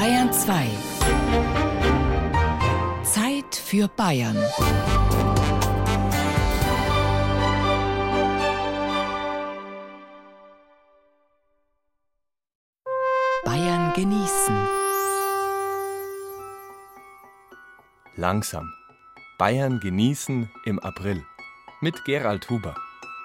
Bayern 2. Zeit für Bayern. Bayern genießen. Langsam. Bayern genießen im April. Mit Gerald Huber.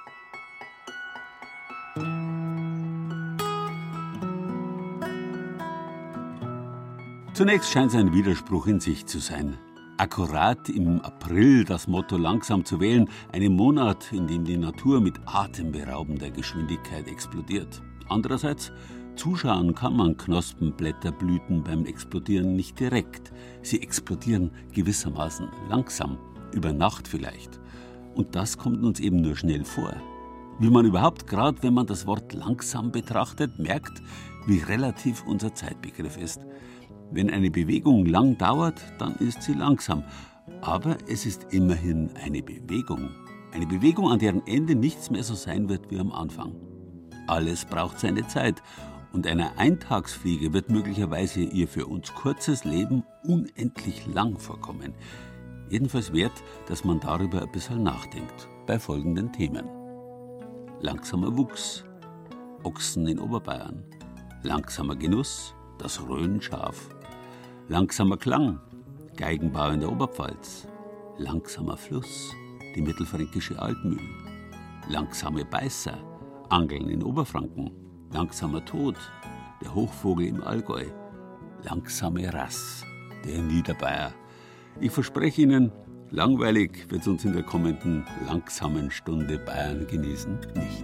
Zunächst scheint es ein Widerspruch in sich zu sein. Akkurat im April das Motto langsam zu wählen, einem Monat, in dem die Natur mit atemberaubender Geschwindigkeit explodiert. Andererseits, zuschauen kann man Knospenblätterblüten beim Explodieren nicht direkt. Sie explodieren gewissermaßen langsam, über Nacht vielleicht. Und das kommt uns eben nur schnell vor. Wie man überhaupt, gerade wenn man das Wort langsam betrachtet, merkt, wie relativ unser Zeitbegriff ist. Wenn eine Bewegung lang dauert, dann ist sie langsam. Aber es ist immerhin eine Bewegung. Eine Bewegung, an deren Ende nichts mehr so sein wird wie am Anfang. Alles braucht seine Zeit. Und einer Eintagsfliege wird möglicherweise ihr für uns kurzes Leben unendlich lang vorkommen. Jedenfalls wert, dass man darüber ein bisschen nachdenkt. Bei folgenden Themen. Langsamer Wuchs, Ochsen in Oberbayern. Langsamer Genuss, das Rhönschaf. Langsamer Klang, Geigenbau in der Oberpfalz. Langsamer Fluss, die mittelfränkische Altmühl. Langsame Beißer, Angeln in Oberfranken. Langsamer Tod, der Hochvogel im Allgäu. Langsame Rass, der Niederbayer. Ich verspreche Ihnen, langweilig wird es uns in der kommenden langsamen Stunde Bayern genießen nicht.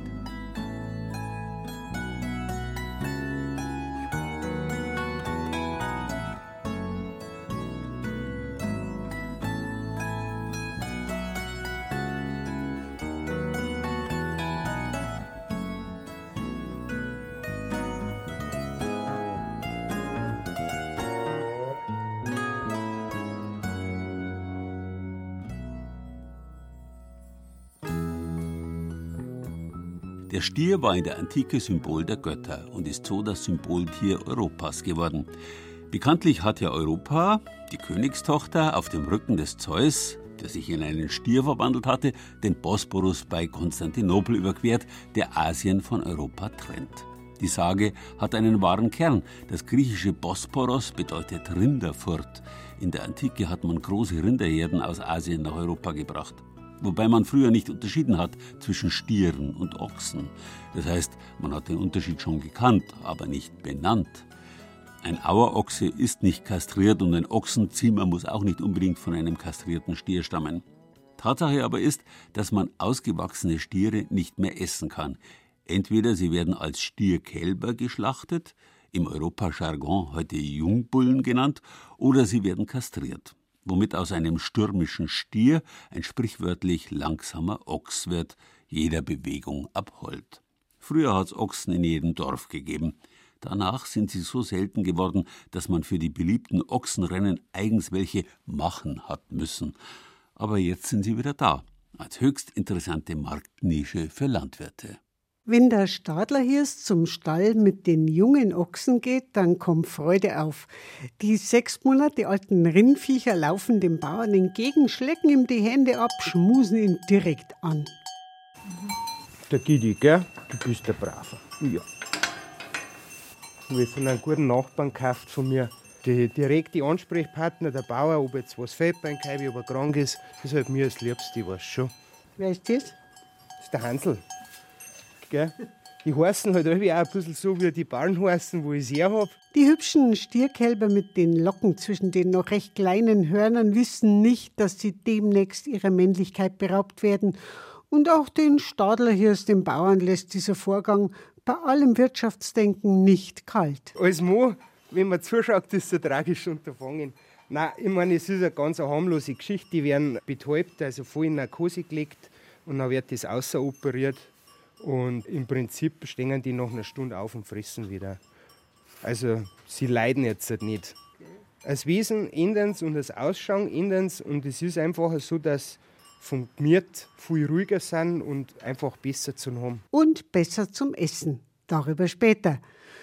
Der Stier war in der Antike Symbol der Götter und ist so das Symboltier Europas geworden. Bekanntlich hat ja Europa, die Königstochter, auf dem Rücken des Zeus, der sich in einen Stier verwandelt hatte, den Bosporus bei Konstantinopel überquert, der Asien von Europa trennt. Die Sage hat einen wahren Kern. Das griechische Bosporos bedeutet Rinderfurt. In der Antike hat man große Rinderherden aus Asien nach Europa gebracht. Wobei man früher nicht unterschieden hat zwischen Stieren und Ochsen. Das heißt, man hat den Unterschied schon gekannt, aber nicht benannt. Ein Auerochse ist nicht kastriert und ein Ochsenziemer muss auch nicht unbedingt von einem kastrierten Stier stammen. Tatsache aber ist, dass man ausgewachsene Stiere nicht mehr essen kann. Entweder sie werden als Stierkälber geschlachtet, im Europajargon heute Jungbullen genannt, oder sie werden kastriert, womit aus einem stürmischen Stier ein sprichwörtlich langsamer Ochs wird, jeder Bewegung abhold. Früher hat es Ochsen in jedem Dorf gegeben. Danach sind sie so selten geworden, dass man für die beliebten Ochsenrennen eigens welche machen hat müssen. Aber jetzt sind sie wieder da, als höchst interessante Marktnische für Landwirte. Wenn der Stadlerhirst zum Stall mit den jungen Ochsen geht, dann kommt Freude auf. Die 6 Monate alten Rindviecher laufen dem Bauern entgegen, schlecken ihm die Hände ab, schmusen ihn direkt an. Der Gidi, gell? Du bist der Braver. Ja. Ich habe von einem guten Nachbarn gekauft von mir. Der direkte Ansprechpartner, der Bauer, ob jetzt was fehlt beim Kaibi, ob er krank ist, das ist halt mir das Liebste, ich weiß schon. Wer ist das? Das ist der Hansl. Gell? Die heißen halt irgendwie auch ein bisschen so, wie die Ballen heißen, wo ich sie her habe. Die hübschen Stierkälber mit den Locken zwischen den noch recht kleinen Hörnern wissen nicht, dass sie demnächst ihrer Männlichkeit beraubt werden. Und auch den Stadlerhirst, den Bauern, lässt dieser Vorgang bei allem Wirtschaftsdenken nicht kalt. Als Mann, wenn man zuschaut, ist es ein tragisches Unterfangen. Nein, ich meine, es ist eine ganz harmlose Geschichte. Die werden betäubt, also voll in Narkose gelegt und dann wird das außeroperiert. Und im Prinzip stehen die nach einer Stunde auf und fressen wieder. Also sie leiden jetzt nicht. Als Wesen ändern sie und als Ausschauen ändern sie. Und es ist einfach so, dass vom Gemüt viel ruhiger sind und einfach besser zu haben. Und besser zum Essen. Darüber später.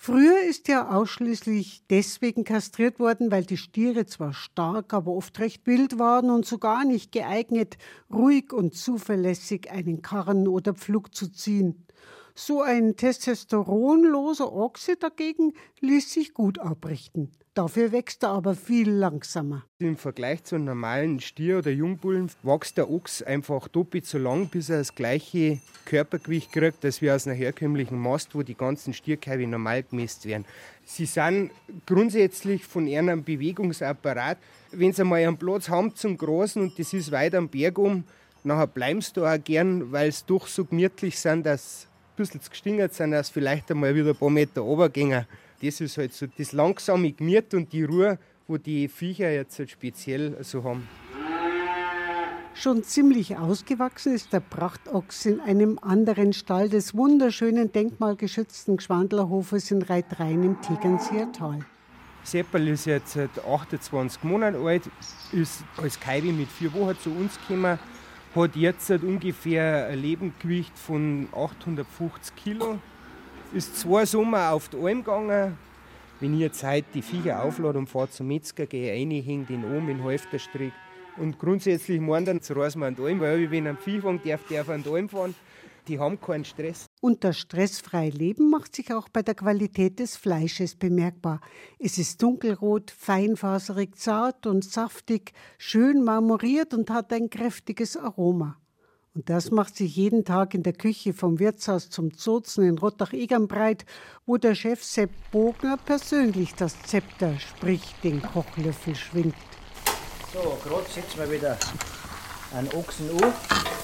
Früher ist er ausschließlich deswegen kastriert worden, weil die Stiere zwar stark, aber oft recht wild waren und sogar nicht geeignet, ruhig und zuverlässig einen Karren oder Pflug zu ziehen. So ein testosteronloser Ochse dagegen ließ sich gut abrichten. Dafür wächst er aber viel langsamer. Im Vergleich zu einem normalen Stier oder Jungbullen wächst der Ochs einfach doppelt so lang, bis er das gleiche Körpergewicht kriegt, als wie aus einer herkömmlichen Mast, wo die ganzen Stierkälbe normal gemäßt werden. Sie sind grundsätzlich von ihrem Bewegungsapparat, wenn sie mal einen Platz haben zum Grasen und das ist weit am Berg nachher bleiben sie da auch gern, weil sie doch so gemütlich sind, dass ein bisschen zu gestingert sind, dass vielleicht einmal wieder ein paar Meter runtergehen. Das ist halt so das langsame Gemüt und die Ruhe, wo die Viecher jetzt halt speziell so haben. Schon ziemlich ausgewachsen ist der Prachtochs in einem anderen Stall des wunderschönen denkmalgeschützten Gschwandlerhofes in Reitrein im Tegernseer Tal. Seppel ist jetzt 28 Monate alt, ist als Kälbe mit 4 Wochen zu uns gekommen, hat jetzt ungefähr ein Lebendgewicht von 850 Kilo. Ist 2 Sommer auf die Alm gegangen. Wenn ich jetzt heute die Viecher auflade und fahre zum Metzger, gehe ich rein, hänge den um in den Halfterstrick. Und grundsätzlich meinen dann, so reisen wir an die Alm, weil wenn ein Viehwagen darf an die Alm fahren. Die haben keinen Stress. Und das stressfreie Leben macht sich auch bei der Qualität des Fleisches bemerkbar. Es ist dunkelrot, feinfaserig, zart und saftig, schön marmoriert und hat ein kräftiges Aroma. Und das macht sich jeden Tag in der Küche vom Wirtshaus zum Zozen in Rottach-Egern breit, wo der Chef Sepp Bogner persönlich das Zepter, sprich den Kochlöffel, schwingt. So, gerade setzen wir wieder einen Ochsen an.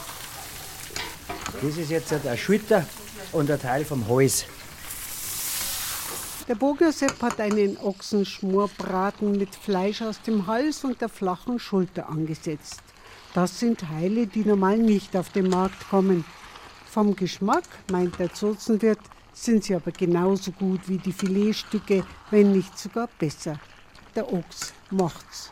Das ist jetzt ein Schulter und ein Teil vom Hals. Der Bogner Sepp hat einen Ochsenschmorbraten mit Fleisch aus dem Hals und der flachen Schulter angesetzt. Das sind Teile, die normal nicht auf den Markt kommen. Vom Geschmack, meint der Zozenwirt, sind sie aber genauso gut wie die Filetstücke, wenn nicht sogar besser. Der Ochs macht's.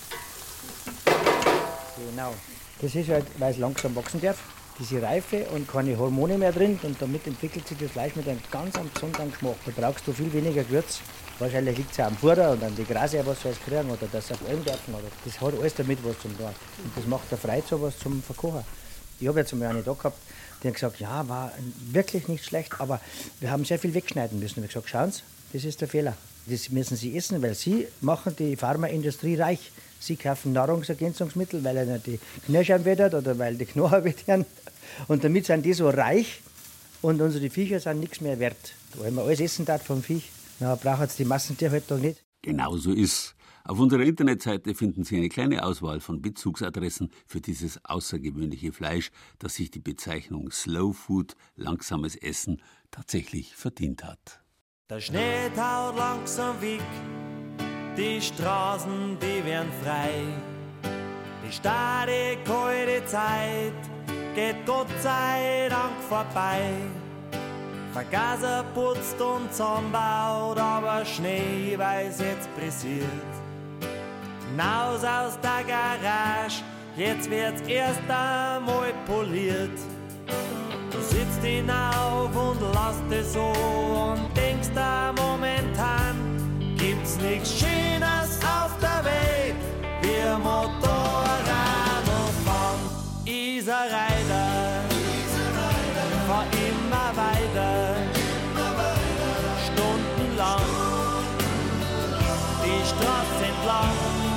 Genau. Das ist halt, weil es langsam wachsen darf, diese Reife und keine Hormone mehr drin. Und damit entwickelt sich das Fleisch mit einem ganz besonderen Geschmack. Da brauchst du viel weniger Gewürz. Wahrscheinlich liegt es auch am Futter und an die Grase, was sie alles kriegen oder dass sie auf allem dürfen. Oder das hat alles damit was zum tun. Und das macht der Freude, sowas zum Verkochen. Ich habe jetzt einmal eine da gehabt, die hat gesagt, ja, war wirklich nicht schlecht, aber wir haben sehr viel wegschneiden müssen. Ich habe gesagt, schauen Sie, das ist der Fehler. Das müssen Sie essen, weil Sie machen die Pharmaindustrie reich. Sie kaufen Nahrungsergänzungsmittel, weil ihnen die Knirschern wettert oder weil die Knochen wettern. Und damit sind die so reich und unsere Viecher sind nichts mehr wert. Wenn man alles essen darf vom Viech, dann braucht es die Massentierhaltung nicht. Genau so ist. Auf unserer Internetseite finden Sie eine kleine Auswahl von Bezugsadressen für dieses außergewöhnliche Fleisch, das sich die Bezeichnung Slow Food, langsames Essen, tatsächlich verdient hat. Der Schnee taut langsam weg, die Straßen, die werden frei. Die starre, kalte Zeit geht Gott sei Dank vorbei. Vergaser putzt und zusammenbaut, aber Schnee weiß jetzt pressiert. Hinaus aus der Garage, jetzt wird's erst einmal poliert. Du sitzt hinauf und lässt es so und denkst da momentan, gibt's nichts Schönes auf der Welt, wie Motorradl fahren. Iserreiter, fahr immer weiter, stundenlang, die Straße entlang.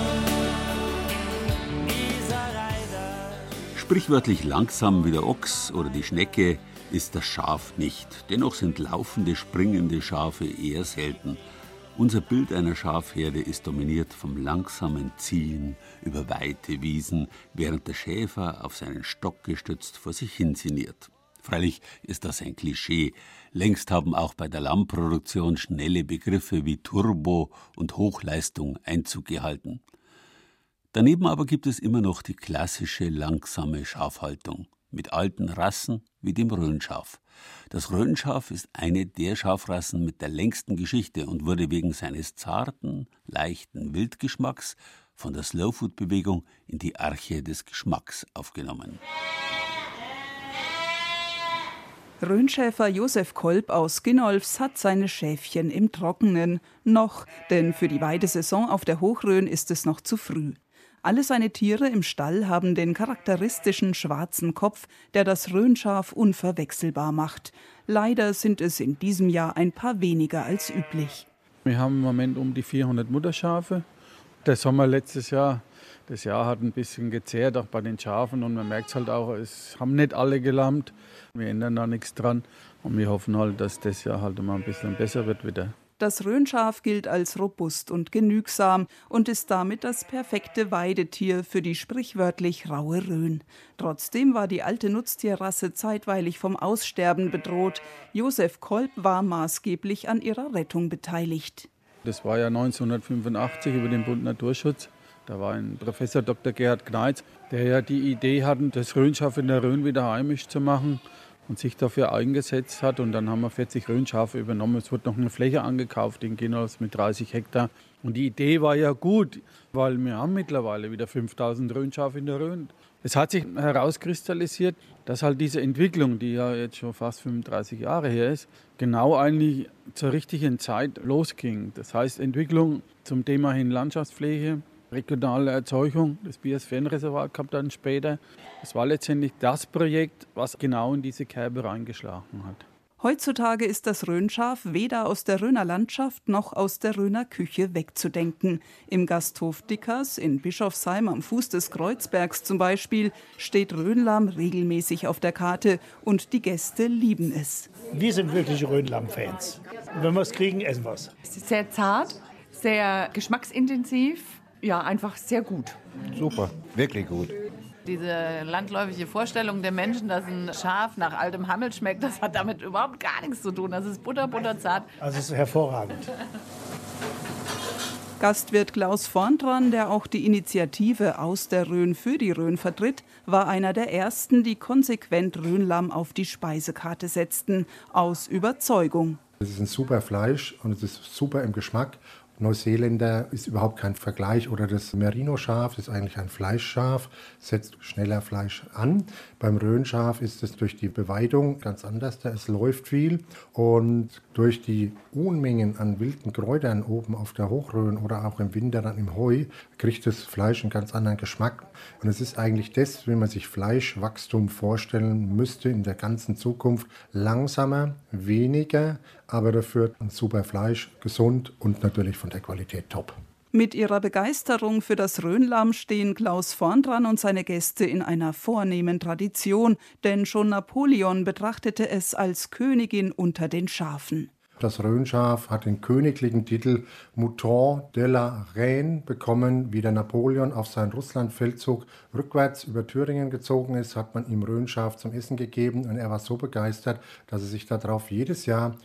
Iserreiter. Sprichwörtlich langsam wie der Ochs oder die Schnecke ist das Schaf nicht. Dennoch sind laufende, springende Schafe eher selten. Unser Bild einer Schafherde ist dominiert vom langsamen Ziehen über weite Wiesen, während der Schäfer auf seinen Stock gestützt vor sich hin sinniert. Freilich ist das ein Klischee. Längst haben auch bei der Lammproduktion schnelle Begriffe wie Turbo und Hochleistung Einzug gehalten. Daneben aber gibt es immer noch die klassische langsame Schafhaltung mit alten Rassen wie dem Rhönschaf. Das Rhönschaf ist eine der Schafrassen mit der längsten Geschichte und wurde wegen seines zarten, leichten Wildgeschmacks von der Slowfood-Bewegung in die Arche des Geschmacks aufgenommen. Rhönschäfer Josef Kolb aus Ginnolfs hat seine Schäfchen im Trockenen. Noch, denn für die Weidesaison auf der Hochrhön ist es noch zu früh. Alle seine Tiere im Stall haben den charakteristischen schwarzen Kopf, der das Rhönschaf unverwechselbar macht. Leider sind es in diesem Jahr ein paar weniger als üblich. Wir haben im Moment um die 400 Mutterschafe. Das haben wir letztes Jahr. Das Jahr hat ein bisschen gezehrt, auch bei den Schafen. Und man merkt es halt auch, es haben nicht alle gelammt. Wir ändern da nichts dran. Und wir hoffen halt, dass das Jahr halt mal ein bisschen besser wird wieder. Das Rhönschaf gilt als robust und genügsam und ist damit das perfekte Weidetier für die sprichwörtlich raue Rhön. Trotzdem war die alte Nutztierrasse zeitweilig vom Aussterben bedroht. Josef Kolb war maßgeblich an ihrer Rettung beteiligt. Das war ja 1985 über den Bund Naturschutz. Da war ein Professor Dr. Gerhard Kneitz, der ja die Idee hatte, das Rhönschaf in der Rhön wieder heimisch zu machen und sich dafür eingesetzt hat. Und dann haben wir 40 Rhönschafe übernommen. Es wurde noch eine Fläche angekauft in Ginnolfs mit 30 Hektar. Und die Idee war ja gut, weil wir haben mittlerweile wieder 5000 Rhönschafe in der Rhön. Es hat sich herauskristallisiert, dass halt diese Entwicklung, die ja jetzt schon fast 35 Jahre her ist, genau eigentlich zur richtigen Zeit losging. Das heißt Entwicklung zum Thema hin Landschaftspflege, regionale Erzeugung, das Biosphärenreservat kam dann später. Es war letztendlich das Projekt, was genau in diese Kerbe reingeschlagen hat. Heutzutage ist das Rhönschaf weder aus der Rhöner Landschaft noch aus der Rhöner Küche wegzudenken. Im Gasthof Dickers in Bischofsheim am Fuß des Kreuzbergs zum Beispiel steht Rhönlamm regelmäßig auf der Karte und die Gäste lieben es. Wir sind wirklich Rhönlamm-Fans. Wenn wir es kriegen, essen wir es. Es ist sehr zart, sehr geschmacksintensiv. Ja, einfach sehr gut. Super, wirklich gut. Diese landläufige Vorstellung der Menschen, dass ein Schaf nach altem Hammel schmeckt, das hat damit überhaupt gar nichts zu tun. Das ist butterzart. Also es ist hervorragend. Gastwirt Klaus Vorndran, der auch die Initiative Aus der Rhön für die Rhön vertritt, war einer der ersten, die konsequent Rhönlamm auf die Speisekarte setzten. Aus Überzeugung. Es ist ein super Fleisch und es ist super im Geschmack. Neuseeländer ist überhaupt kein Vergleich oder das Merino-Schaf ist eigentlich ein Fleischschaf, setzt schneller Fleisch an. Beim Rhönschaf ist es durch die Beweidung ganz anders, es läuft viel und durch die Unmengen an wilden Kräutern oben auf der Hochrhön oder auch im Winter dann im Heu kriegt das Fleisch einen ganz anderen Geschmack. Und es ist eigentlich das, wie man sich Fleischwachstum vorstellen müsste in der ganzen Zukunft. Langsamer, weniger, aber dafür ein super Fleisch, gesund und natürlich von der Qualität top. Mit ihrer Begeisterung für das Rhönlamm stehen Klaus Vorndran und seine Gäste in einer vornehmen Tradition, denn schon Napoleon betrachtete es als Königin unter den Schafen. Das Rhönschaf hat den königlichen Titel Mouton de la Reine bekommen. Wie der Napoleon auf seinen Russlandfeldzug rückwärts über Thüringen gezogen ist, hat man ihm Rhönschaf zum Essen gegeben. Und er war so begeistert, dass er sich darauf jedes Jahr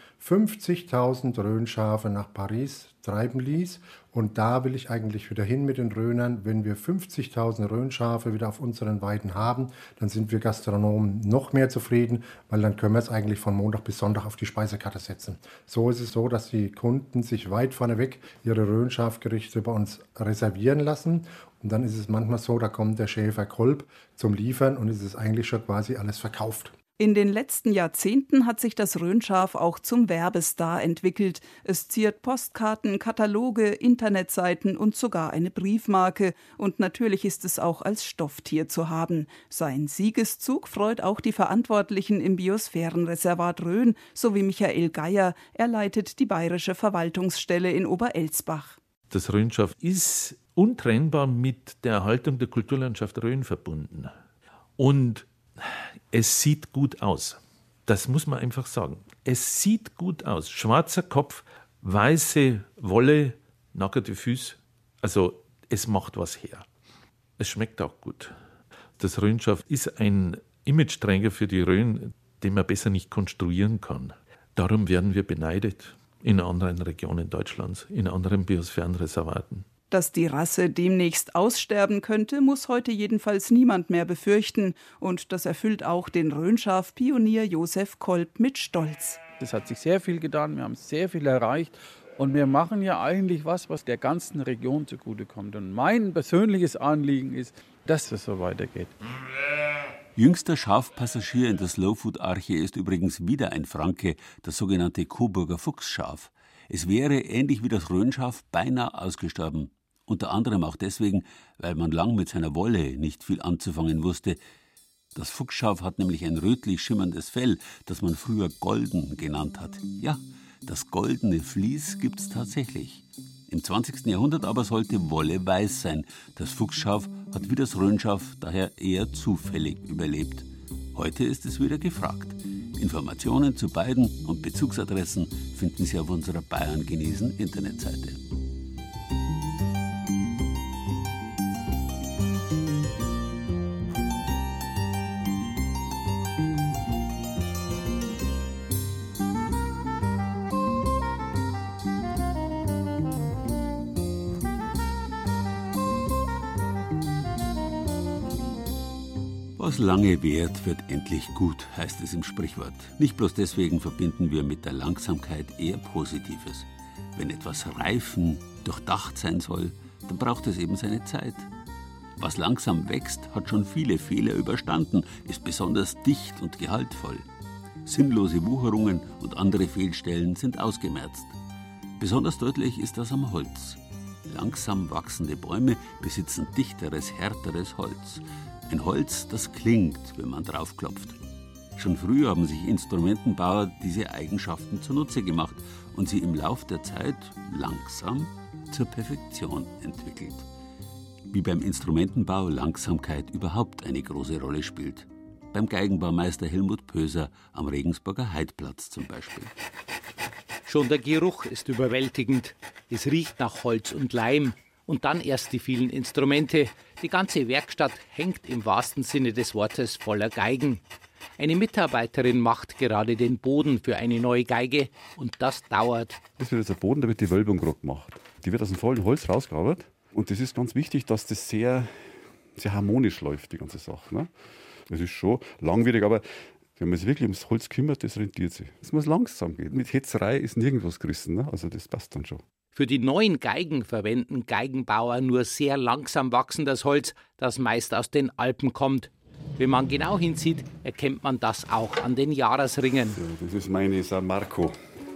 50.000 Rhönschafe nach Paris treiben ließ. Und da will ich eigentlich wieder hin mit den Rhönern. Wenn wir 50.000 Rhönschafe wieder auf unseren Weiden haben, dann sind wir Gastronomen noch mehr zufrieden, weil dann können wir es eigentlich von Montag bis Sonntag auf die Speisekarte setzen. So ist es so, dass die Kunden sich weit vorneweg ihre Rhönschafgerichte bei uns reservieren lassen. Und dann ist es manchmal so, da kommt der Schäfer Kolb zum Liefern und es ist eigentlich schon quasi alles verkauft. In den letzten Jahrzehnten hat sich das Rhönschaf auch zum Werbestar entwickelt. Es ziert Postkarten, Kataloge, Internetseiten und sogar eine Briefmarke. Und natürlich ist es auch als Stofftier zu haben. Sein Siegeszug freut auch die Verantwortlichen im Biosphärenreservat Rhön sowie Michael Geier. Er leitet die bayerische Verwaltungsstelle in Oberelsbach. Das Rhönschaf ist untrennbar mit der Erhaltung der Kulturlandschaft Rhön verbunden. Und es sieht gut aus. Das muss man einfach sagen. Es sieht gut aus. Schwarzer Kopf, weiße Wolle, nackerte Füße. Also es macht was her. Es schmeckt auch gut. Das Rhönschaf ist ein Imageträger für die Rhön, den man besser nicht konstruieren kann. Darum werden wir beneidet in anderen Regionen Deutschlands, in anderen Biosphärenreservaten. Dass die Rasse demnächst aussterben könnte, muss heute jedenfalls niemand mehr befürchten. Und das erfüllt auch den Rhönschaf-Pionier Josef Kolb mit Stolz. Es hat sich sehr viel getan, wir haben sehr viel erreicht. Und wir machen ja eigentlich was der ganzen Region zugutekommt. Und mein persönliches Anliegen ist, dass es so weitergeht. Jüngster Schafpassagier in der Slowfood-Arche ist übrigens wieder ein Franke, das sogenannte Coburger Fuchsschaf. Es wäre, ähnlich wie das Rhönschaf, beinahe ausgestorben. Unter anderem auch deswegen, weil man lang mit seiner Wolle nicht viel anzufangen wusste. Das Fuchsschaf hat nämlich ein rötlich schimmerndes Fell, das man früher golden genannt hat. Ja, das goldene Vlies gibt's tatsächlich. Im 20. Jahrhundert aber sollte Wolle weiß sein. Das Fuchsschaf hat wie das Rhönschaf daher eher zufällig überlebt. Heute ist es wieder gefragt. Informationen zu beiden und Bezugsadressen finden Sie auf unserer Bayern genießen Internetseite. Was lange währt, wird endlich gut, heißt es im Sprichwort. Nicht bloß deswegen verbinden wir mit der Langsamkeit eher Positives. Wenn etwas reifen, durchdacht sein soll, dann braucht es eben seine Zeit. Was langsam wächst, hat schon viele Fehler überstanden, ist besonders dicht und gehaltvoll. Sinnlose Wucherungen und andere Fehlstellen sind ausgemerzt. Besonders deutlich ist das am Holz. Langsam wachsende Bäume besitzen dichteres, härteres Holz. Ein Holz, das klingt, wenn man draufklopft. Schon früh haben sich Instrumentenbauer diese Eigenschaften zunutze gemacht und sie im Lauf der Zeit langsam zur Perfektion entwickelt. Wie beim Instrumentenbau Langsamkeit überhaupt eine große Rolle spielt. Beim Geigenbaumeister Helmut Pöser am Regensburger Heidplatz zum Beispiel. Schon der Geruch ist überwältigend. Es riecht nach Holz und Leim. Und dann erst die vielen Instrumente. Die ganze Werkstatt hängt im wahrsten Sinne des Wortes voller Geigen. Eine Mitarbeiterin macht gerade den Boden für eine neue Geige und das dauert. Das wird jetzt der Boden, da wird die Wölbung gerade gemacht. Die wird aus dem vollen Holz rausgearbeitet. Und das ist ganz wichtig, dass das sehr, sehr harmonisch läuft, die ganze Sache. Ne? Das ist schon langwierig, aber wenn man sich wirklich ums Holz kümmert, das rentiert sich. Es muss langsam gehen. Mit Hetzerei ist nirgendwas gerissen. Ne? Also das passt dann schon. Für die neuen Geigen verwenden Geigenbauer nur sehr langsam wachsendes Holz, das meist aus den Alpen kommt. Wenn man genau hinsieht, erkennt man das auch an den Jahresringen. Ja, das ist meine San Marco.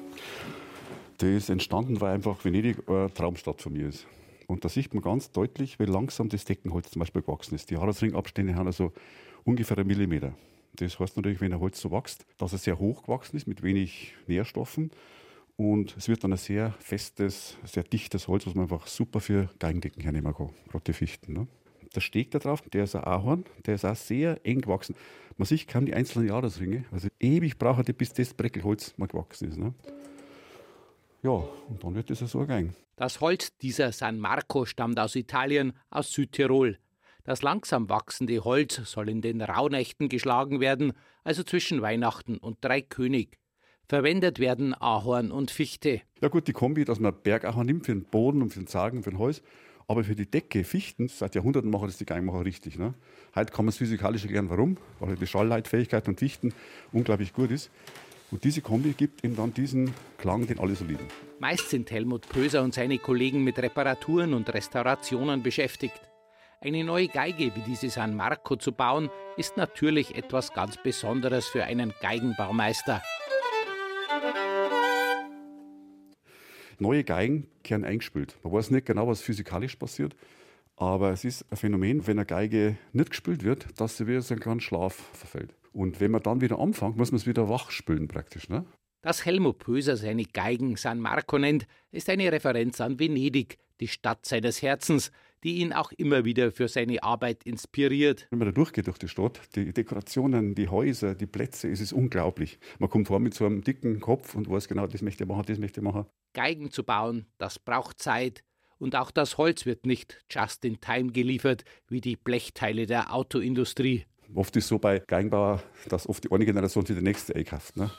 Das ist entstanden, weil einfach Venedig eine Traumstadt von mir ist. Und da sieht man ganz deutlich, wie langsam das Deckenholz zum Beispiel gewachsen ist. Die Jahresringabstände haben also ungefähr 1 Millimeter. Das heißt natürlich, wenn ein Holz so wächst, dass es sehr hoch gewachsen ist, mit wenig Nährstoffen. Und es wird dann ein sehr festes, sehr dichtes Holz, was man einfach super für Geigendecken hernehmen kann, gerade die Fichten. Ne? Der Steg da drauf, der ist ein Ahorn, der ist auch sehr eng gewachsen. Man sieht kaum die einzelnen Jahresringe. Also ewig braucht er, bis das Breckelholz mal gewachsen ist. Ne? Ja, und dann wird das so ein Geigen. Das Holz dieser San Marco stammt aus Italien, aus Südtirol. Das langsam wachsende Holz soll in den Rauhnächten geschlagen werden, also zwischen Weihnachten und Dreikönig. Verwendet werden Ahorn und Fichte. Ja gut, die Kombi, dass man Bergahorn nimmt für den Boden und für den Zagen und für den Holz. Aber für die Decke, Fichten, seit Jahrhunderten machen das die Geigenmacher richtig. Ne? Heute kann man es physikalisch erklären, warum. Weil die Schallleitfähigkeit von Fichten unglaublich gut ist. Und diese Kombi gibt ihm dann diesen Klang, den alle so lieben. Meist sind Helmut Pöser und seine Kollegen mit Reparaturen und Restaurationen beschäftigt. Eine neue Geige wie diese San Marco zu bauen, ist natürlich etwas ganz Besonderes für einen Geigenbaumeister. Neue Geigen kehren eingespült. Man weiß nicht genau, was physikalisch passiert, aber es ist ein Phänomen, wenn eine Geige nicht gespült wird, dass sie wieder so einen kleinen Schlaf verfällt. Und wenn man dann wieder anfängt, muss man es wieder wachspülen praktisch. Ne? Dass Helmut Pöser seine Geigen San Marco nennt, ist eine Referenz an Venedig, die Stadt seines Herzens, die ihn auch immer wieder für seine Arbeit inspiriert. Wenn man da durchgeht durch die Stadt, die Dekorationen, die Häuser, die Plätze, es ist unglaublich. Man kommt vor mit so einem dicken Kopf und weiß genau, das möchte ich machen, das möchte ich machen. Geigen zu bauen, das braucht Zeit. Und auch das Holz wird nicht just in time geliefert, wie die Blechteile der Autoindustrie. Oft ist es so bei Geigenbauern, dass oft die eine Generation für die nächste einkauft. Ne?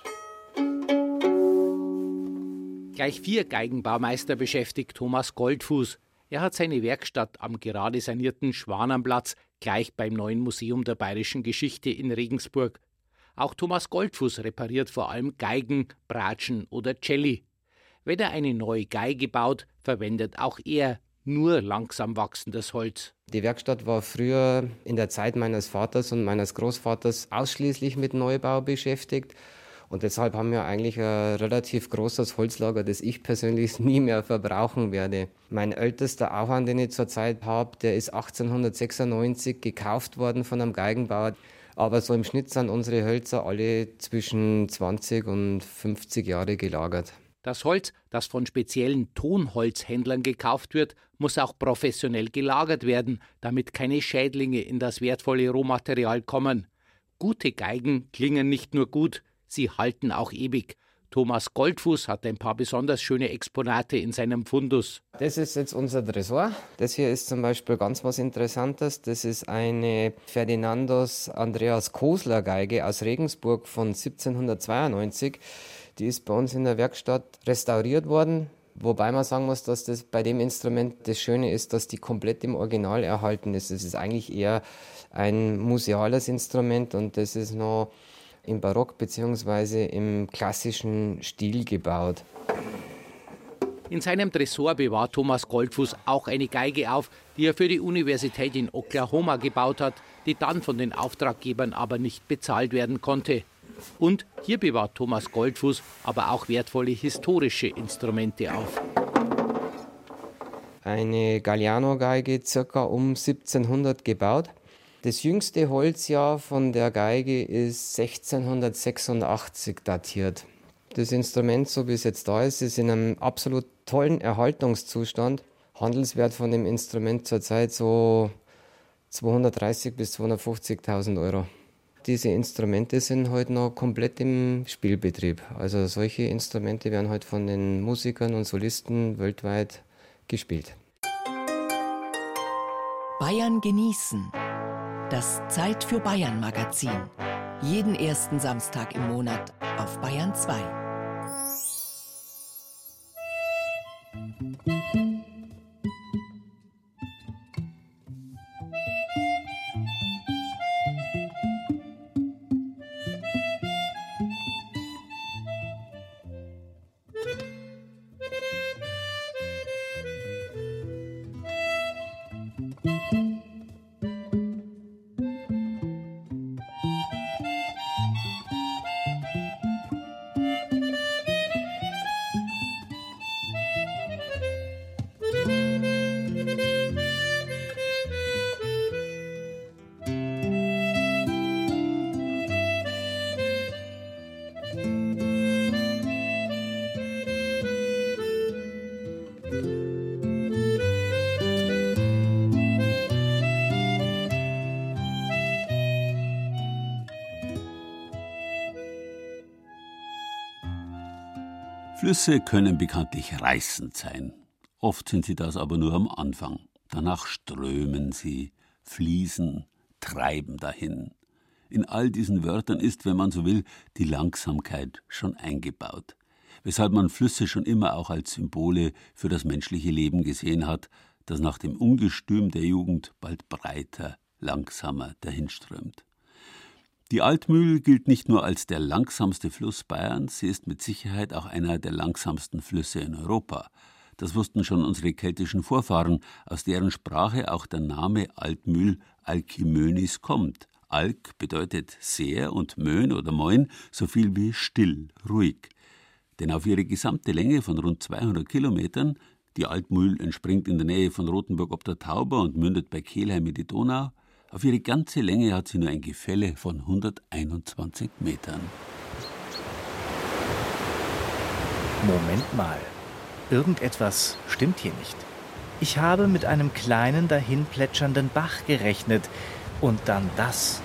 Gleich 4 Geigenbaumeister beschäftigt Thomas Goldfuß. Er hat seine Werkstatt am gerade sanierten Schwanenplatz, gleich beim neuen Museum der Bayerischen Geschichte in Regensburg. Auch Thomas Goldfuß repariert vor allem Geigen, Bratschen oder Celli. Wenn er eine neue Geige baut, verwendet auch er nur langsam wachsendes Holz. Die Werkstatt war früher in der Zeit meines Vaters und meines Großvaters ausschließlich mit Neubau beschäftigt. Und deshalb haben wir eigentlich ein relativ großes Holzlager, das ich persönlich nie mehr verbrauchen werde. Mein ältester Auhahn, den ich zurzeit habe, der ist 1896 gekauft worden von einem Geigenbauer. Aber so im Schnitt sind unsere Hölzer alle zwischen 20 und 50 Jahre gelagert. Das Holz, das von speziellen Tonholzhändlern gekauft wird, muss auch professionell gelagert werden, damit keine Schädlinge in das wertvolle Rohmaterial kommen. Gute Geigen klingen nicht nur gut, sie halten auch ewig. Thomas Goldfuß hat ein paar besonders schöne Exponate in seinem Fundus. Das ist jetzt unser Tresor. Das hier ist zum Beispiel ganz was Interessantes. Das ist eine Ferdinandus Andreas Kosler Geige aus Regensburg von 1792. Die ist bei uns in der Werkstatt restauriert worden. Wobei man sagen muss, dass das bei dem Instrument das Schöne ist, dass die komplett im Original erhalten ist. Es ist eigentlich eher ein museales Instrument und das ist noch im Barock bzw. im klassischen Stil gebaut. In seinem Tresor bewahrt Thomas Goldfuß auch eine Geige auf, die er für die Universität in Oklahoma gebaut hat, die dann von den Auftraggebern aber nicht bezahlt werden konnte. Und hier bewahrt Thomas Goldfuß aber auch wertvolle historische Instrumente auf. Eine Galliano-Geige ca. um 1700 gebaut. Das jüngste Holzjahr von der Geige ist 1686 datiert. Das Instrument, so wie es jetzt da ist in einem absolut tollen Erhaltungszustand. Handelswert von dem Instrument zurzeit so 230.000 bis 250.000 Euro. Diese Instrumente sind heute noch komplett im Spielbetrieb. Also solche Instrumente werden heute von den Musikern und Solisten weltweit gespielt. Bayern genießen. Das Zeit für Bayern Magazin. Jeden ersten Samstag im Monat auf Bayern 2. Flüsse können bekanntlich reißend sein. Oft sind sie das aber nur am Anfang. Danach strömen sie, fließen, treiben dahin. In all diesen Wörtern ist, wenn man so will, die Langsamkeit schon eingebaut. Weshalb man Flüsse schon immer auch als Symbole für das menschliche Leben gesehen hat, das nach dem Ungestüm der Jugend bald breiter, langsamer dahinströmt. Die Altmühl gilt nicht nur als der langsamste Fluss Bayerns, sie ist mit Sicherheit auch einer der langsamsten Flüsse in Europa. Das wussten schon unsere keltischen Vorfahren, aus deren Sprache auch der Name Altmühl Alkimönis kommt. Alk bedeutet sehr und Mön oder Moin so viel wie still, ruhig. Denn auf ihre gesamte Länge von rund 200 Kilometern, die Altmühl entspringt in der Nähe von Rothenburg ob der Tauber und mündet bei Kelheim in die Donau, auf ihre ganze Länge hat sie nur ein Gefälle von 121 Metern. Moment mal, irgendetwas stimmt hier nicht. Ich habe mit einem kleinen, dahin plätschernden Bach gerechnet und dann das.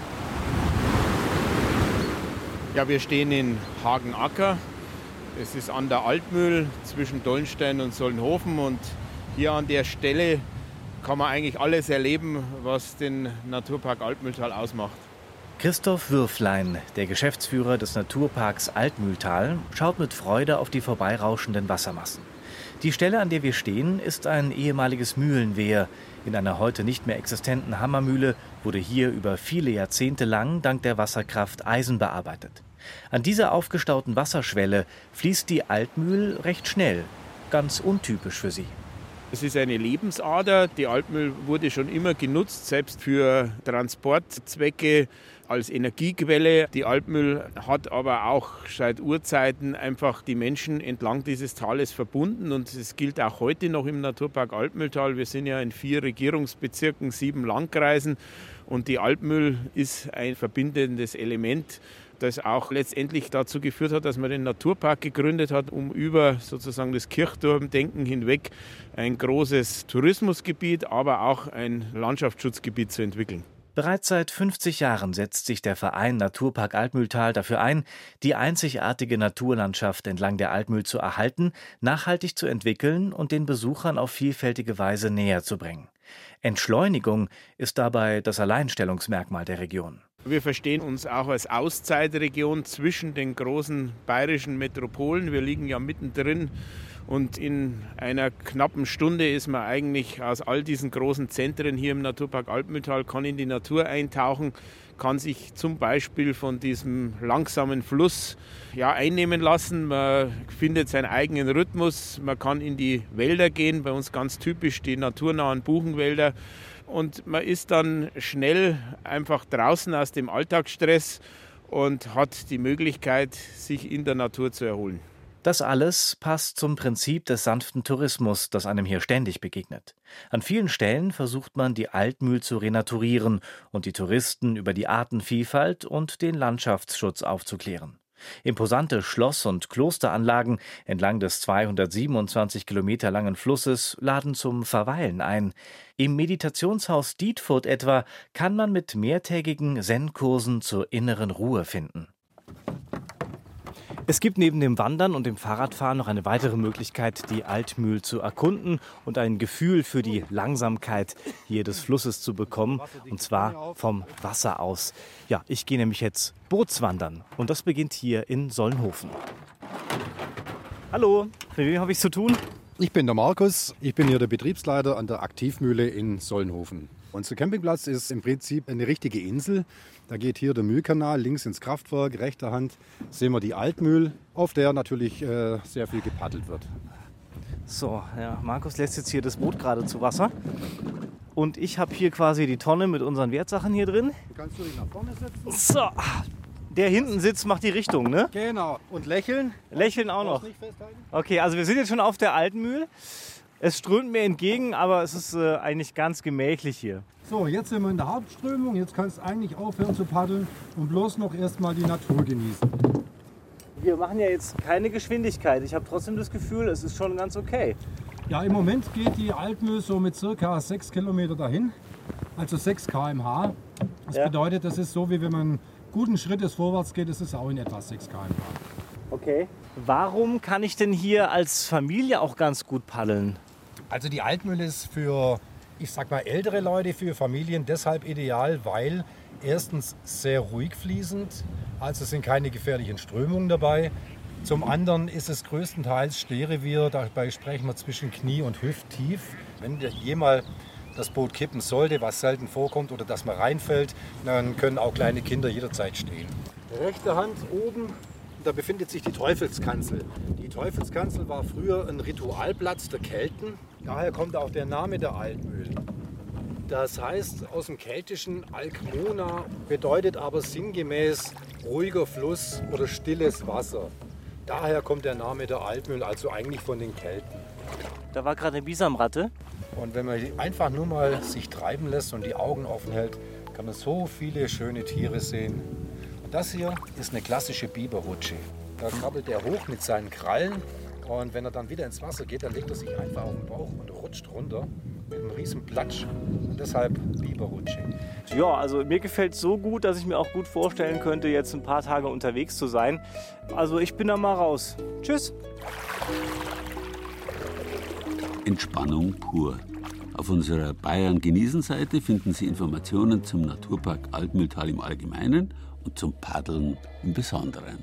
Ja, wir stehen in Hagenacker. Es ist an der Altmühl zwischen Dollenstein und Solnhofen und hier an der Stelle kann man eigentlich alles erleben, was den Naturpark Altmühltal ausmacht. Christoph Würflein, der Geschäftsführer des Naturparks Altmühltal, schaut mit Freude auf die vorbeirauschenden Wassermassen. Die Stelle, an der wir stehen, ist ein ehemaliges Mühlenwehr. In einer heute nicht mehr existenten Hammermühle wurde hier über viele Jahrzehnte lang dank der Wasserkraft Eisen bearbeitet. An dieser aufgestauten Wasserschwelle fließt die Altmühl recht schnell, ganz untypisch für sie. Es ist eine Lebensader. Die Altmühl wurde schon immer genutzt, selbst für Transportzwecke, als Energiequelle. Die Altmühl hat aber auch seit Urzeiten einfach die Menschen entlang dieses Tales verbunden und es gilt auch heute noch im Naturpark Altmühltal. Wir sind ja in 4 Regierungsbezirken, 7 Landkreisen und die Altmühl ist ein verbindendes Element, das auch letztendlich dazu geführt hat, dass man den Naturpark gegründet hat, um über sozusagen das Kirchturmdenken hinweg ein großes Tourismusgebiet, aber auch ein Landschaftsschutzgebiet zu entwickeln. Bereits seit 50 Jahren setzt sich der Verein Naturpark Altmühltal dafür ein, die einzigartige Naturlandschaft entlang der Altmühl zu erhalten, nachhaltig zu entwickeln und den Besuchern auf vielfältige Weise näher zu bringen. Entschleunigung ist dabei das Alleinstellungsmerkmal der Region. Wir verstehen uns auch als Auszeitregion zwischen den großen bayerischen Metropolen. Wir liegen ja mittendrin und in einer knappen Stunde ist man eigentlich aus all diesen großen Zentren hier im Naturpark Altmühltal, kann in die Natur eintauchen, kann sich zum Beispiel von diesem langsamen Fluss einnehmen lassen. Man findet seinen eigenen Rhythmus, man kann in die Wälder gehen, bei uns ganz typisch die naturnahen Buchenwälder. Und man ist dann schnell einfach draußen aus dem Alltagsstress und hat die Möglichkeit, sich in der Natur zu erholen. Das alles passt zum Prinzip des sanften Tourismus, das einem hier ständig begegnet. An vielen Stellen versucht man, die Altmühl zu renaturieren und die Touristen über die Artenvielfalt und den Landschaftsschutz aufzuklären. Imposante Schloss- und Klosteranlagen entlang des 227 Kilometer langen Flusses laden zum Verweilen ein. Im Meditationshaus Dietfurt etwa kann man mit mehrtägigen Zen-Kursen zur inneren Ruhe finden. Es gibt neben dem Wandern und dem Fahrradfahren noch eine weitere Möglichkeit, die Altmühl zu erkunden und ein Gefühl für die Langsamkeit hier des Flusses zu bekommen, und zwar vom Wasser aus. Ja, ich gehe nämlich jetzt Bootswandern und das beginnt hier in Solnhofen. Hallo, mit wem habe ich zu tun? Ich bin der Markus, ich bin hier der Betriebsleiter an der Aktivmühle in Solnhofen. Unser Campingplatz ist im Prinzip eine richtige Insel. Da geht hier der Mühlkanal links ins Kraftwerk, rechter Hand sehen wir die Altmühl, auf der natürlich sehr viel gepaddelt wird. So, ja, Markus lässt jetzt hier das Boot gerade zu Wasser. Und ich habe hier quasi die Tonne mit unseren Wertsachen hier drin. Kannst du dich nach vorne setzen? So, der hinten sitzt, macht die Richtung, ne? Genau, und lächeln. Lächeln auch noch. Okay, also wir sind jetzt schon auf der Altmühl. Es strömt mir entgegen, aber es ist eigentlich ganz gemächlich hier. So, jetzt sind wir in der Hauptströmung. Jetzt kannst du eigentlich aufhören zu paddeln und bloß noch erstmal die Natur genießen. Wir machen ja jetzt keine Geschwindigkeit. Ich habe trotzdem das Gefühl, es ist schon ganz okay. Ja, im Moment geht die Altmühl so mit ca. 6 Kilometer dahin, also 6 km/h. Das bedeutet, das ist so, wie wenn man guten Schrittes vorwärts geht, das ist auch in etwa 6 km/h. Okay. Warum kann ich denn hier als Familie auch ganz gut paddeln? Also die Altmühl ist für, ich sag mal, ältere Leute, für Familien deshalb ideal, weil erstens sehr ruhig fließend, also sind keine gefährlichen Strömungen dabei. Zum anderen ist es größtenteils Stehrevier, dabei sprechen wir zwischen Knie- und Hüfttief. Wenn jemals das Boot kippen sollte, was selten vorkommt, oder dass man reinfällt, dann können auch kleine Kinder jederzeit stehen. Rechte Hand oben, da befindet sich die Teufelskanzel. Die Teufelskanzel war früher ein Ritualplatz der Kelten. Daher kommt auch der Name der Altmühl. Das heißt aus dem Keltischen Alkmona, bedeutet aber sinngemäß ruhiger Fluss oder stilles Wasser. Daher kommt der Name der Altmühl, also eigentlich von den Kelten. Da war gerade eine Bisamratte. Und wenn man einfach nur mal sich treiben lässt und die Augen offen hält, kann man so viele schöne Tiere sehen. Und das hier ist eine klassische Biberrutsche. Da krabbelt er hoch mit seinen Krallen und wenn er dann wieder ins Wasser geht, dann legt er sich einfach auf den Bauch und rutscht runter mit einem riesen Platsch. Und deshalb Biberrutsche. Ja, also mir gefällt es so gut, dass ich mir auch gut vorstellen könnte, jetzt ein paar Tage unterwegs zu sein. Also ich bin da mal raus. Tschüss. Entspannung pur. Auf unserer Bayern-Genießen-Seite finden Sie Informationen zum Naturpark Altmühltal im Allgemeinen und zum Paddeln im Besonderen.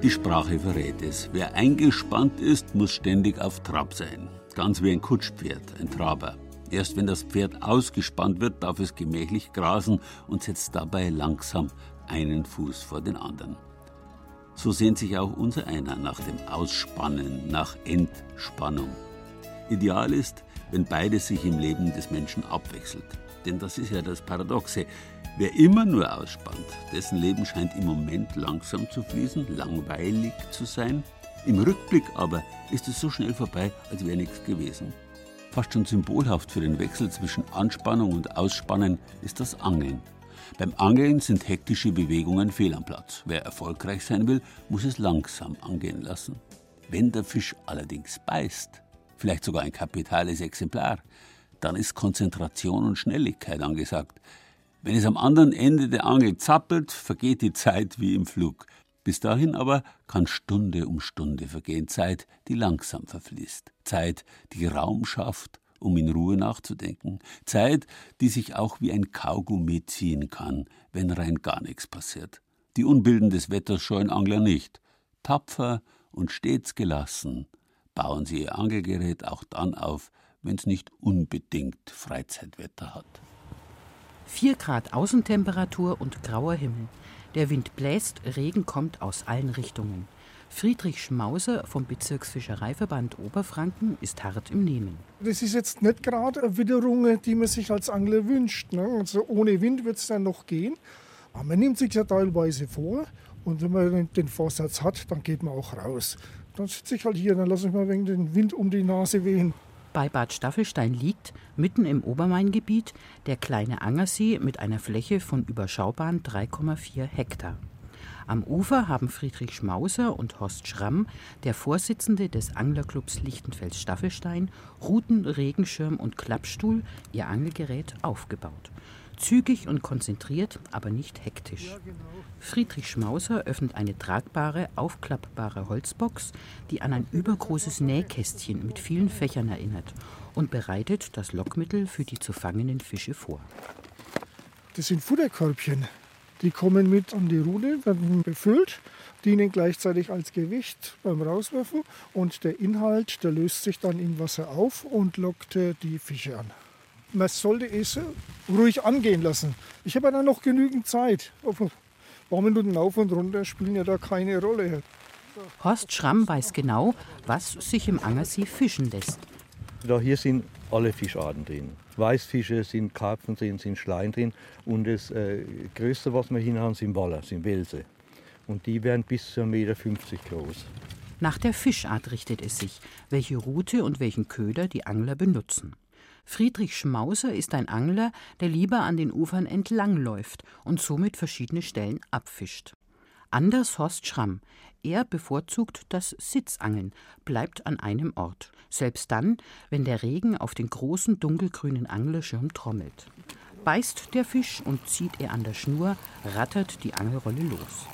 Die Sprache verrät es. Wer eingespannt ist, muss ständig auf Trab sein. Ganz wie ein Kutschpferd, ein Traber. Erst wenn das Pferd ausgespannt wird, darf es gemächlich grasen und setzt dabei langsam einen Fuß vor den anderen. So sehnt sich auch unser Einer nach dem Ausspannen, nach Entspannung. Ideal ist, wenn beides sich im Leben des Menschen abwechselt. Denn das ist ja das Paradoxe. Wer immer nur ausspannt, dessen Leben scheint im Moment langsam zu fließen, langweilig zu sein. Im Rückblick aber ist es so schnell vorbei, als wäre nichts gewesen. Fast schon symbolhaft für den Wechsel zwischen Anspannung und Ausspannen ist das Angeln. Beim Angeln sind hektische Bewegungen fehl am Platz. Wer erfolgreich sein will, muss es langsam angehen lassen. Wenn der Fisch allerdings beißt, vielleicht sogar ein kapitales Exemplar, dann ist Konzentration und Schnelligkeit angesagt. Wenn es am anderen Ende der Angel zappelt, vergeht die Zeit wie im Flug. Bis dahin aber kann Stunde um Stunde vergehen, Zeit, die langsam verfließt. Zeit, die Raum schafft, um in Ruhe nachzudenken. Zeit, die sich auch wie ein Kaugummi ziehen kann, wenn rein gar nichts passiert. Die Unbilden des Wetters scheuen Angler nicht. Tapfer und stets gelassen bauen sie ihr Angelgerät auch dann auf, wenn es nicht unbedingt Freizeitwetter hat. 4 Grad Außentemperatur und grauer Himmel. Der Wind bläst, Regen kommt aus allen Richtungen. Friedrich Schmauser vom Bezirksfischereiverband Oberfranken ist hart im Nehmen. Das ist jetzt nicht gerade eine Witterung, die man sich als Angler wünscht. Ne? Also ohne Wind wird es dann noch gehen. Aber man nimmt sich ja teilweise vor. Und wenn man den Vorsatz hat, dann geht man auch raus. Dann sitze ich halt hier, dann lasse ich mal wegen den Wind um die Nase wehen. Bei Bad Staffelstein liegt, mitten im Obermaingebiet, der kleine Angersee mit einer Fläche von überschaubaren 3,4 Hektar. Am Ufer haben Friedrich Schmauser und Horst Schramm, der Vorsitzende des Anglerclubs Lichtenfels-Staffelstein, Ruten, Regenschirm und Klappstuhl, ihr Angelgerät aufgebaut. Zügig und konzentriert, aber nicht hektisch. Friedrich Schmauser öffnet eine tragbare, aufklappbare Holzbox, die an ein übergroßes Nähkästchen mit vielen Fächern erinnert, und bereitet das Lockmittel für die zu fangenden Fische vor. Das sind Futterkörbchen. Die kommen mit an die Rute, werden befüllt, dienen gleichzeitig als Gewicht beim Rauswerfen. Und der Inhalt, der löst sich dann im Wasser auf und lockt die Fische an. Man sollte es ruhig angehen lassen. Ich habe ja dann noch genügend Zeit. Ein paar Minuten auf und runter spielen ja da keine Rolle. Horst Schramm weiß genau, was sich im Angersee fischen lässt. Da hier sind alle Fischarten drin. Weißfische, sind Karpfen drin, sind Schleien drin. Und das Größte, was wir hier haben, sind Waller, sind Welse. Und die werden bis zu 1,50 Meter groß. Nach der Fischart richtet es sich, welche Rute und welchen Köder die Angler benutzen. Friedrich Schmauser ist ein Angler, der lieber an den Ufern entlangläuft und somit verschiedene Stellen abfischt. Anders Horst Schramm. Er bevorzugt das Sitzangeln, bleibt an einem Ort. Selbst dann, wenn der Regen auf den großen dunkelgrünen Anglerschirm trommelt. Beißt der Fisch und zieht er an der Schnur, rattert die Angelrolle los.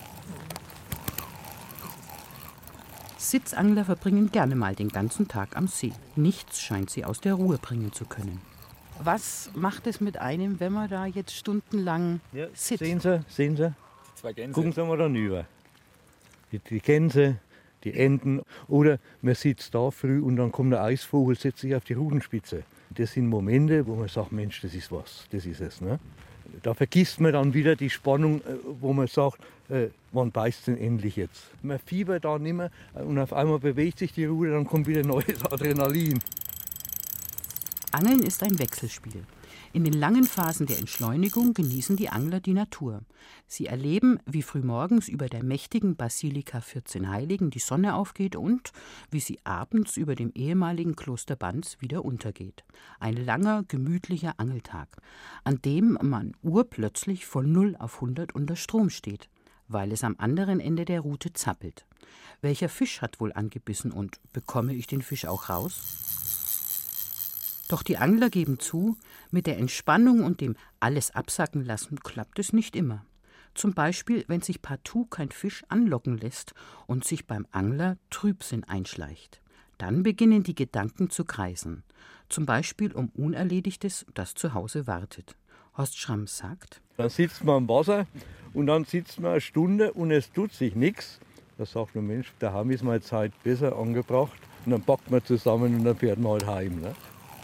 Sitzangler verbringen gerne mal den ganzen Tag am See. Nichts scheint sie aus der Ruhe bringen zu können. Was macht es mit einem, wenn man da jetzt stundenlang sitzt? Sehen Sie? 2 Gänse. Gucken Sie mal da rüber. Die Gänse, die Enten. Oder man sitzt da früh und dann kommt der Eisvogel, setzt sich auf die Rudenspitze. Das sind Momente, wo man sagt, Mensch, das ist was, das ist es. Ne? Da vergisst man dann wieder die Spannung, wo man sagt, wann beißt es denn endlich jetzt? Man fiebert da nicht mehr und auf einmal bewegt sich die Rute, dann kommt wieder neues Adrenalin. Angeln ist ein Wechselspiel. In den langen Phasen der Entschleunigung genießen die Angler die Natur. Sie erleben, wie frühmorgens über der mächtigen Basilika 14 Heiligen die Sonne aufgeht und wie sie abends über dem ehemaligen Kloster Banz wieder untergeht. Ein langer, gemütlicher Angeltag, an dem man urplötzlich von 0 auf 100 unter Strom steht, weil es am anderen Ende der Rute zappelt. Welcher Fisch hat wohl angebissen und bekomme ich den Fisch auch raus? Doch die Angler geben zu, mit der Entspannung und dem alles absacken lassen klappt es nicht immer. Zum Beispiel, wenn sich partout kein Fisch anlocken lässt und sich beim Angler Trübsinn einschleicht. Dann beginnen die Gedanken zu kreisen. Zum Beispiel um Unerledigtes, das zu Hause wartet. Horst Schramm sagt: Dann sitzt man im Wasser und dann sitzt man eine Stunde und es tut sich nichts. Da sagt man, Mensch, daheim ist meine Zeit besser angebracht. Und dann packt man zusammen und dann fährt man halt heim. Ne?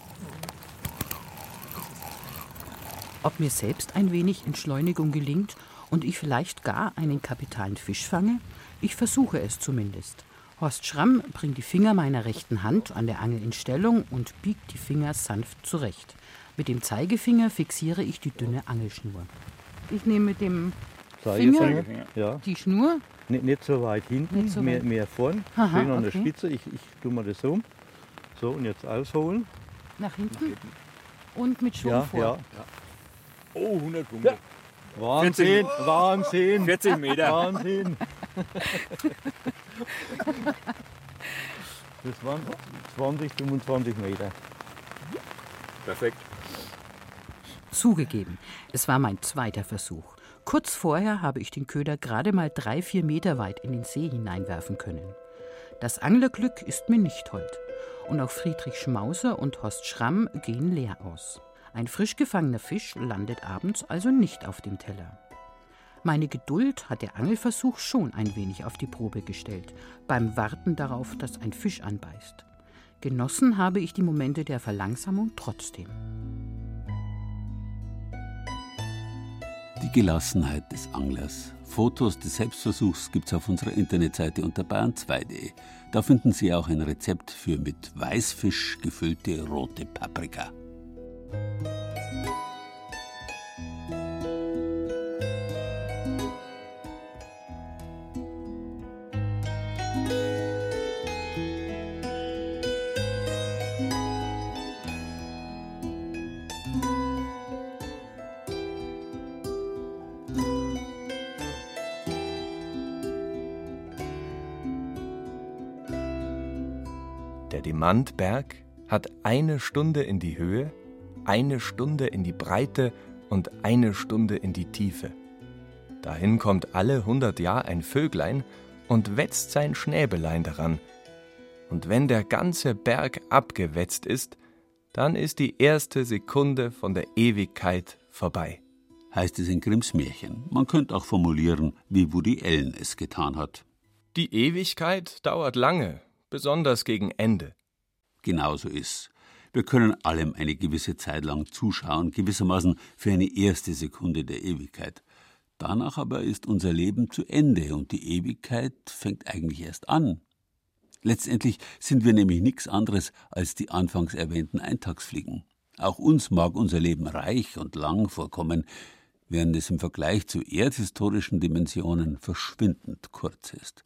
Ob mir selbst ein wenig Entschleunigung gelingt und ich vielleicht gar einen kapitalen Fisch fange? Ich versuche es zumindest. Horst Schramm bringt die Finger meiner rechten Hand an der Angel in Stellung und biegt die Finger sanft zurecht. Mit dem Zeigefinger fixiere ich die dünne Angelschnur. Ich nehme mit dem Finger ja. die Schnur. Nicht so weit hinten, Nicht so weit. Mehr vorn, Aha, schön an der okay. Spitze. Ich tue mir das um. So, und jetzt ausholen. Nach hinten und mit Schwung vor. Ja. Oh, 100 Punkte. Ja. Wahnsinn, Wahnsinn. 40 Meter. Wahnsinn. Das waren 20, 25 Meter. Perfekt. Zugegeben, es war mein zweiter Versuch. Kurz vorher habe ich den Köder gerade mal 3-4 Meter weit in den See hineinwerfen können. Das Anglerglück ist mir nicht hold. Und auch Friedrich Schmauser und Horst Schramm gehen leer aus. Ein frisch gefangener Fisch landet abends also nicht auf dem Teller. Meine Geduld hat der Angelversuch schon ein wenig auf die Probe gestellt, beim Warten darauf, dass ein Fisch anbeißt. Genossen habe ich die Momente der Verlangsamung trotzdem. Die Gelassenheit des Anglers. Fotos des Selbstversuchs gibt's auf unserer Internetseite unter bayern2.de. Da finden Sie auch ein Rezept für mit Weißfisch gefüllte rote Paprika. Der Demantberg hat 1 Stunde in die Höhe, 1 Stunde in die Breite und 1 Stunde in die Tiefe. Dahin kommt alle 100 Jahr ein Vöglein und wetzt sein Schnäbelein daran. Und wenn der ganze Berg abgewetzt ist, dann ist die erste Sekunde von der Ewigkeit vorbei. Heißt es in Grimms Märchen. Man könnte auch formulieren, wie Woody Allen es getan hat. Die Ewigkeit dauert lange, besonders gegen Ende. Genauso ist. Wir können allem eine gewisse Zeit lang zuschauen, gewissermaßen für eine erste Sekunde der Ewigkeit. Danach aber ist unser Leben zu Ende und die Ewigkeit fängt eigentlich erst an. Letztendlich sind wir nämlich nichts anderes als die anfangs erwähnten Eintagsfliegen. Auch uns mag unser Leben reich und lang vorkommen, während es im Vergleich zu erdhistorischen Dimensionen verschwindend kurz ist.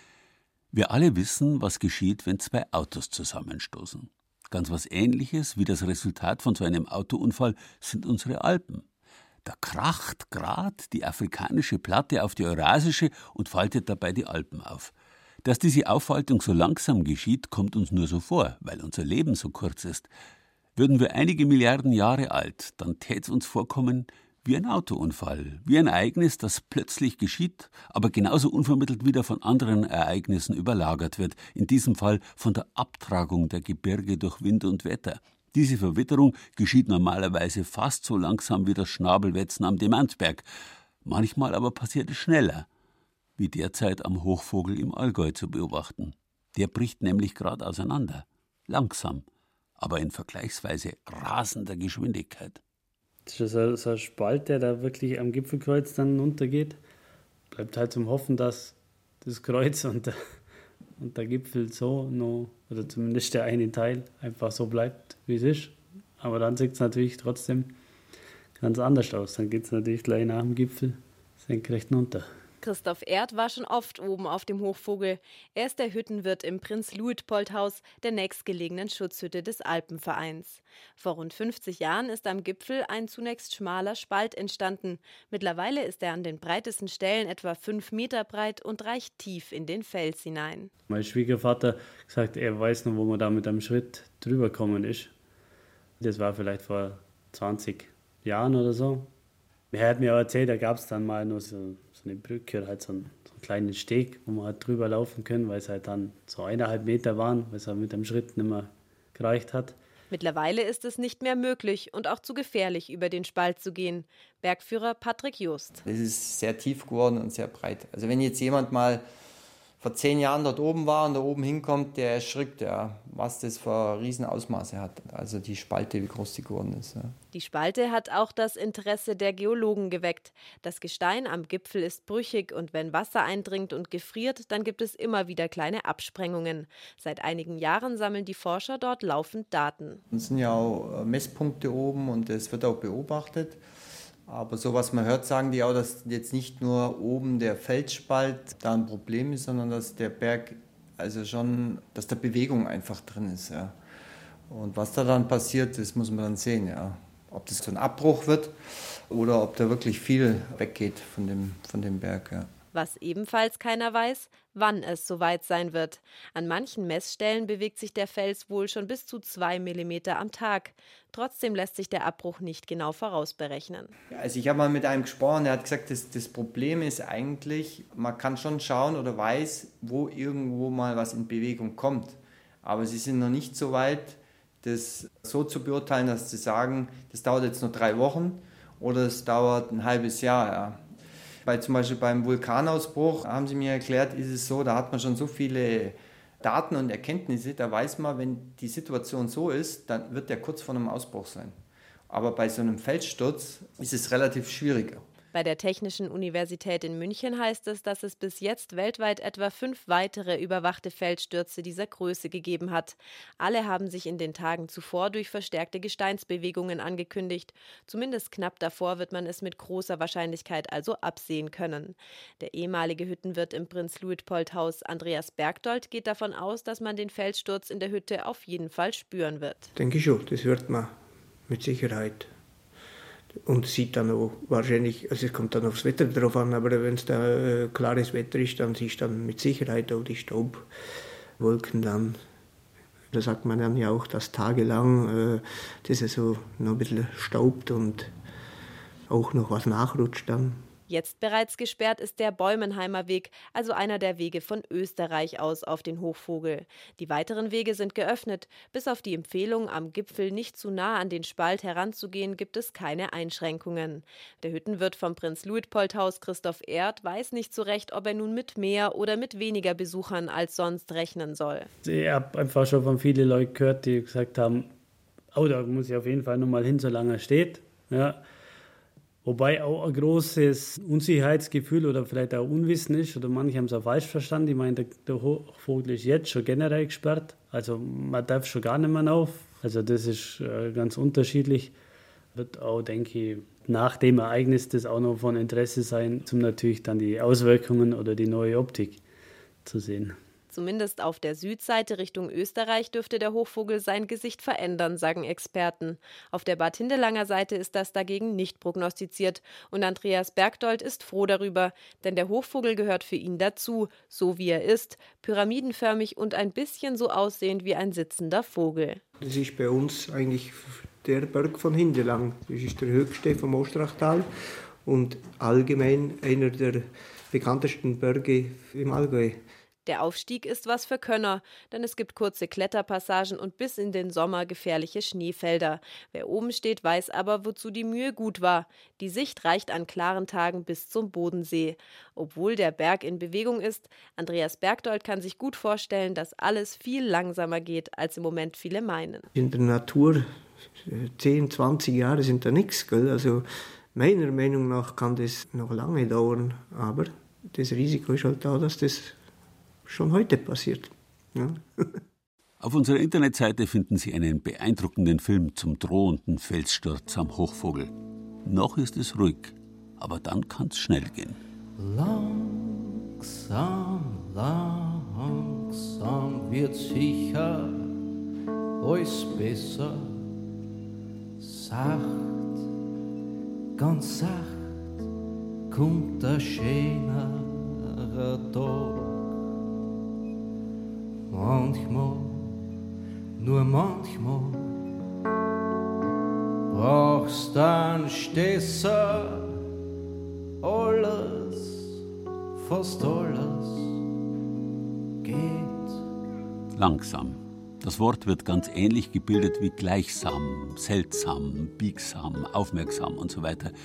Wir alle wissen, was geschieht, wenn 2 Autos zusammenstoßen. Ganz was Ähnliches wie das Resultat von so einem Autounfall sind unsere Alpen. Da kracht grad die afrikanische Platte auf die eurasische und faltet dabei die Alpen auf. Dass diese Auffaltung so langsam geschieht, kommt uns nur so vor, weil unser Leben so kurz ist. Würden wir einige Milliarden Jahre alt, dann tät's uns vorkommen wie ein Autounfall, wie ein Ereignis, das plötzlich geschieht, aber genauso unvermittelt wieder von anderen Ereignissen überlagert wird, in diesem Fall von der Abtragung der Gebirge durch Wind und Wetter. Diese Verwitterung geschieht normalerweise fast so langsam wie das Schnabelwetzen am Demantberg. Manchmal aber passiert es schneller, wie derzeit am Hochvogel im Allgäu zu beobachten. Der bricht nämlich gerade auseinander, langsam, aber in vergleichsweise rasender Geschwindigkeit. Das ist so ein Spalt, der da wirklich am Gipfelkreuz dann untergeht. Bleibt halt zum Hoffen, dass das Kreuz und der Gipfel so noch, oder zumindest der eine Teil, einfach so bleibt, wie es ist. Aber dann sieht es natürlich trotzdem ganz anders aus. Dann geht es natürlich gleich nach dem Gipfel senkrecht runter. Christoph Erd war schon oft oben auf dem Hochvogel. Er ist der Hüttenwirt im Prinz-Luitpold-Haus, der nächstgelegenen Schutzhütte des Alpenvereins. Vor rund 50 Jahren ist am Gipfel ein zunächst schmaler Spalt entstanden. Mittlerweile ist er an den breitesten Stellen etwa 5 Meter breit und reicht tief in den Fels hinein. Mein Schwiegervater sagt, er weiß noch, wo man da mit einem Schritt drüber gekommen ist. Das war vielleicht vor 20 Jahren oder so. Er hat mir auch erzählt, da gab es dann mal nur so eine Brücke oder halt so einen kleinen Steg, wo man halt drüber laufen können, weil es halt dann so 1,5 Meter waren, weil es halt mit dem Schritt nicht mehr gereicht hat. Mittlerweile ist es nicht mehr möglich und auch zu gefährlich, über den Spalt zu gehen. Bergführer Patrick Just. Es ist sehr tief geworden und sehr breit. Also wenn jetzt jemand mal vor 10 Jahren dort oben war und da oben hinkommt, der erschrickt, ja, was das für Riesenausmaße hat. Also die Spalte, wie groß die geworden ist. Ja. Die Spalte hat auch das Interesse der Geologen geweckt. Das Gestein am Gipfel ist brüchig und wenn Wasser eindringt und gefriert, dann gibt es immer wieder kleine Absprengungen. Seit einigen Jahren sammeln die Forscher dort laufend Daten. Es sind ja auch Messpunkte oben und es wird auch beobachtet. Aber so was man hört, sagen die auch, dass jetzt nicht nur oben der Felsspalt da ein Problem ist, sondern dass der Berg, also schon, dass da Bewegung einfach drin ist. Ja. Und was da dann passiert, das muss man dann sehen. Ja. Ob das so ein Abbruch wird oder ob da wirklich viel weggeht von dem Berg. Ja. Was ebenfalls keiner weiß, wann es soweit sein wird. An manchen Messstellen bewegt sich der Fels wohl schon bis zu 2 mm am Tag. Trotzdem lässt sich der Abbruch nicht genau vorausberechnen. Also ich habe mal mit einem gesprochen, der hat gesagt, das Problem ist eigentlich, man kann schon schauen oder weiß, wo irgendwo mal was in Bewegung kommt. Aber sie sind noch nicht so weit, das so zu beurteilen, dass sie sagen, das dauert jetzt nur 3 Wochen oder es dauert ein halbes Jahr. Ja. Zum Beispiel beim Vulkanausbruch, haben sie mir erklärt, ist es so, da hat man schon so viele Daten und Erkenntnisse, da weiß man, wenn die Situation so ist, dann wird der kurz vor einem Ausbruch sein. Aber bei so einem Felssturz ist es relativ schwieriger. Bei der Technischen Universität in München heißt es, dass es bis jetzt weltweit etwa 5 weitere überwachte Felsstürze dieser Größe gegeben hat. Alle haben sich in den Tagen zuvor durch verstärkte Gesteinsbewegungen angekündigt. Zumindest knapp davor wird man es mit großer Wahrscheinlichkeit also absehen können. Der ehemalige Hüttenwirt im Prinz-Luitpold-Haus Andreas Bergdold geht davon aus, dass man den Felssturz in der Hütte auf jeden Fall spüren wird. Denke ich schon, das hört man mit Sicherheit. Und sieht dann auch wahrscheinlich, also es kommt dann aufs Wetter drauf an, aber wenn es da klares Wetter ist, dann siehst du dann mit Sicherheit auch die Staubwolken dann. Da sagt man dann ja auch, dass tagelang das so noch ein bisschen staubt und auch noch was nachrutscht dann. Jetzt bereits gesperrt ist der Bäumenheimer Weg, also einer der Wege von Österreich aus auf den Hochvogel. Die weiteren Wege sind geöffnet. Bis auf die Empfehlung, am Gipfel nicht zu nah an den Spalt heranzugehen, gibt es keine Einschränkungen. Der Hüttenwirt vom Prinz-Luitpold-Haus Christoph Erd weiß nicht so recht, ob er nun mit mehr oder mit weniger Besuchern als sonst rechnen soll. Ich habe einfach schon von vielen Leuten gehört, die gesagt haben, oh, da muss ich auf jeden Fall noch mal hin, solange er steht. Ja. Wobei auch ein großes Unsicherheitsgefühl oder vielleicht auch Unwissen ist, oder manche haben es auch falsch verstanden. Ich meine, der Hochvogel ist jetzt schon generell gesperrt, also man darf schon gar nicht mehr rauf. Also das ist ganz unterschiedlich. Wird auch, denke ich, nach dem Ereignis das auch noch von Interesse sein, um natürlich dann die Auswirkungen oder die neue Optik zu sehen. Zumindest auf der Südseite Richtung Österreich dürfte der Hochvogel sein Gesicht verändern, sagen Experten. Auf der Bad Hindelanger Seite ist das dagegen nicht prognostiziert. Und Andreas Bergdold ist froh darüber, denn der Hochvogel gehört für ihn dazu, so wie er ist, pyramidenförmig und ein bisschen so aussehend wie ein sitzender Vogel. Das ist bei uns eigentlich der Berg von Hindelang. Das ist der höchste vom Ostrachtal und allgemein einer der bekanntesten Berge im Allgäu. Der Aufstieg ist was für Könner, denn es gibt kurze Kletterpassagen und bis in den Sommer gefährliche Schneefelder. Wer oben steht, weiß aber, wozu die Mühe gut war. Die Sicht reicht an klaren Tagen bis zum Bodensee. Obwohl der Berg in Bewegung ist, Andreas Bergdold kann sich gut vorstellen, dass alles viel langsamer geht, als im Moment viele meinen. In der Natur 10, 20 Jahre sind da nichts, gell? Also meiner Meinung nach kann das noch lange dauern, aber das Risiko ist halt da, dass das schon heute passiert. Ja. Auf unserer Internetseite finden Sie einen beeindruckenden Film zum drohenden Felssturz am Hochvogel. Noch ist es ruhig, aber dann kann es schnell gehen. Langsam, langsam wird sicher alles besser. Sacht, ganz sacht, kommt ein schönerer Tag. Manchmal, nur manchmal, brauchst dann Stesser, alles, fast alles geht. Langsam. Das Wort wird ganz ähnlich gebildet wie gleichsam, seltsam, biegsam, aufmerksam und so weiter.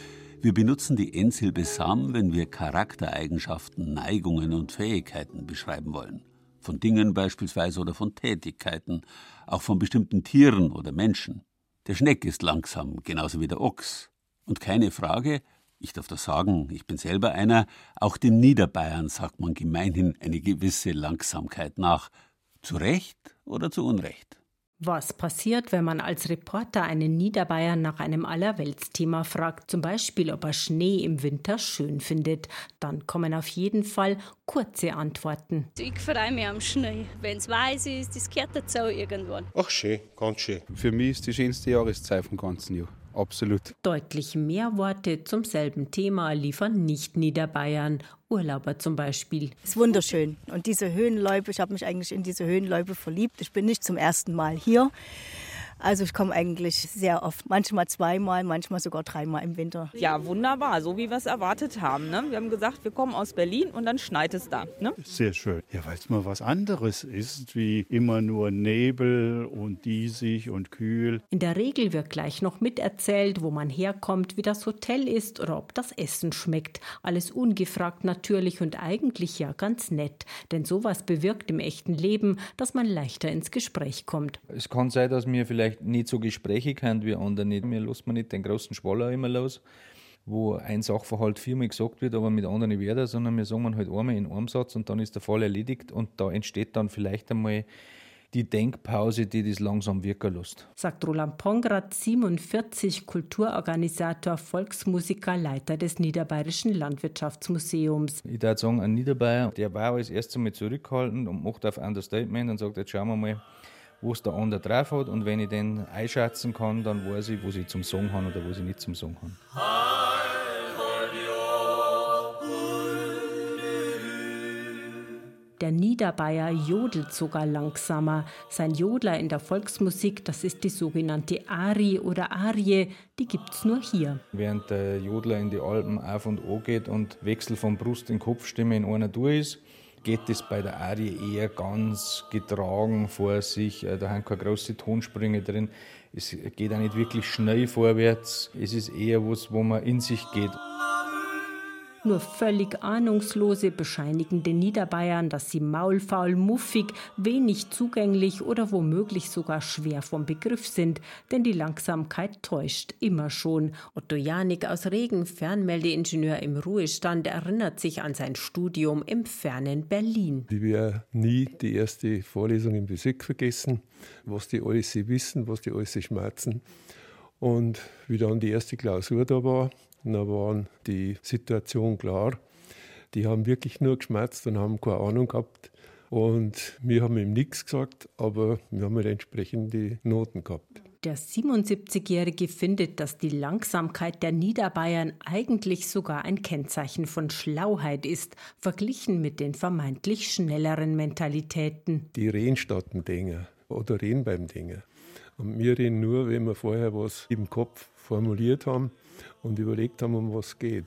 Wir benutzen die Endsilbe sam, wenn wir Charaktereigenschaften, Neigungen und Fähigkeiten beschreiben wollen. Von Dingen beispielsweise oder von Tätigkeiten, auch von bestimmten Tieren oder Menschen. Der Schneck ist langsam, genauso wie der Ochs. Und keine Frage, ich darf das sagen, ich bin selber einer, auch den Niederbayern sagt man gemeinhin eine gewisse Langsamkeit nach. Zu Recht oder zu Unrecht? Was passiert, wenn man als Reporter einen Niederbayern nach einem Allerweltsthema fragt, zum Beispiel, ob er Schnee im Winter schön findet? Dann kommen auf jeden Fall kurze Antworten. Ich freue mich am Schnee. Wenn es weiß ist, das gehört dazu irgendwann. Ach schön, ganz schön. Für mich ist die schönste Jahreszeit vom ganzen Jahr. Absolut. Deutlich mehr Worte zum selben Thema liefern nicht Niederbayern. Urlauber zum Beispiel. Es ist wunderschön. Und diese Höhenloipe, ich habe mich eigentlich in diese Höhenloipe verliebt. Ich bin nicht zum ersten Mal hier. Also ich komme eigentlich sehr oft, manchmal 2-mal, manchmal sogar 3-mal im Winter. Ja, wunderbar, so wie wir es erwartet haben. Ne? Wir haben gesagt, wir kommen aus Berlin und dann schneit es da. Ne? Sehr schön. Ja, weil es mal was anderes ist, wie immer nur Nebel und diesig und kühl. In der Regel wird gleich noch miterzählt, wo man herkommt, wie das Hotel ist oder ob das Essen schmeckt. Alles ungefragt natürlich und eigentlich ja ganz nett. Denn sowas bewirkt im echten Leben, dass man leichter ins Gespräch kommt. Es kann sein, dass wir vielleicht nicht so gesprächig sind wie andere. Mir lässt man nicht den großen Schwaller immer los, wo ein Sachverhalt viermal gesagt wird, aber mit anderen nicht wieder, sondern wir sagen halt einmal in einem Satz und dann ist der Fall erledigt und da entsteht dann vielleicht einmal die Denkpause, die das langsam wirken lässt. Sagt Roland Pongratz, 47, Kulturorganisator, Volksmusiker, Leiter des Niederbayerischen Landwirtschaftsmuseums. Ich würde sagen, ein Niederbayer, der war als erstes einmal zurückhaltend und macht auf Understatement und sagt, jetzt schauen wir mal, wo es der andere drauf hat und wenn ich den einschätzen kann, dann weiß ich, wo ich zum Song habe oder wo ich nicht zum Song habe. Der Niederbayer jodelt sogar langsamer. Sein Jodler in der Volksmusik, das ist die sogenannte Ari oder Arie, die gibt's nur hier. Während der Jodler in die Alpen auf und an geht und Wechsel von Brust- in Kopfstimme in einer Tour ist, geht es bei der Arie eher ganz getragen vor sich. Da haben keine großen Tonsprünge drin. Es geht auch nicht wirklich schnell vorwärts. Es ist eher was, wo man in sich geht. Nur völlig Ahnungslose bescheinigen den Niederbayern, dass sie maulfaul, muffig, wenig zugänglich oder womöglich sogar schwer vom Begriff sind. Denn die Langsamkeit täuscht immer schon. Otto Janik aus Regen, Fernmeldeingenieur im Ruhestand, erinnert sich an sein Studium im fernen Berlin. Ich werde nie die erste Vorlesung in Physik vergessen, was die alles wissen, was die alles schmerzen. Und wie dann die erste Klausur da war, da war die Situation klar. Die haben wirklich nur geschmerzt und haben keine Ahnung gehabt. Und wir haben ihm nichts gesagt, aber wir haben halt entsprechend die Noten gehabt. Der 77-Jährige findet, dass die Langsamkeit der Niederbayern eigentlich sogar ein Kennzeichen von Schlauheit ist, verglichen mit den vermeintlich schnelleren Mentalitäten. Die reden statt dem Denken oder reden beim Denken. Und wir reden nur, wenn wir vorher was im Kopf formuliert haben und überlegt haben, um was es geht.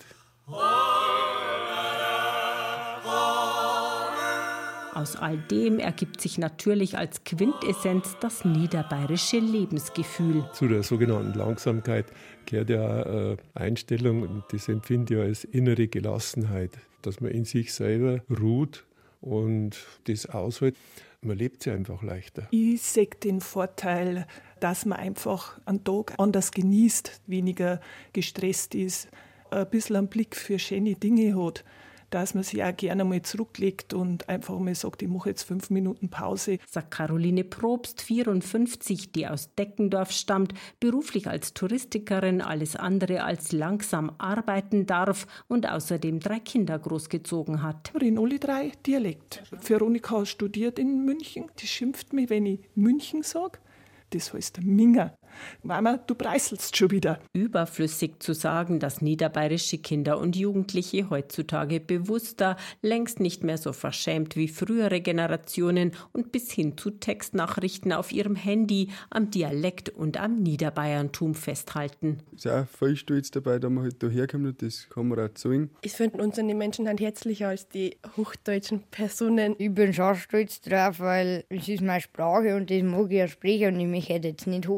Aus all dem ergibt sich natürlich als Quintessenz das niederbayerische Lebensgefühl. Zu der sogenannten Langsamkeit gehört ja eine Einstellung, und das empfinde ich als innere Gelassenheit, dass man in sich selber ruht und das aushält. Man lebt sich einfach leichter. Ich sehe den Vorteil, dass man einfach einen Tag anders genießt, weniger gestresst ist, ein bisschen einen Blick für schöne Dinge hat, dass man sich auch gerne mal zurücklegt und einfach mal sagt, ich mache jetzt 5 Minuten Pause. Sagt Caroline Probst, 54, die aus Deckendorf stammt, beruflich als Touristikerin alles andere als langsam arbeiten darf und außerdem 3 Kinder großgezogen hat. Wir reden alle 3 Dialekt. Veronika studiert in München, die schimpft mich, wenn ich München sage. Das heißt Minger. Mama, du preiselst schon wieder. Überflüssig zu sagen, dass niederbayerische Kinder und Jugendliche heutzutage bewusster, längst nicht mehr so verschämt wie frühere Generationen und bis hin zu Textnachrichten auf ihrem Handy am Dialekt und am Niederbayerntum festhalten. Ich bin auch voll stolz dabei, dass wir halt hierher kommen und das kann man auch zeigen. Ich finde unsere Menschen dann herzlicher als die hochdeutschen Personen. Ich bin schon stolz drauf, weil es ist meine Sprache und das mag ich ja sprechen und ich möchte jetzt nicht Hochdeutsch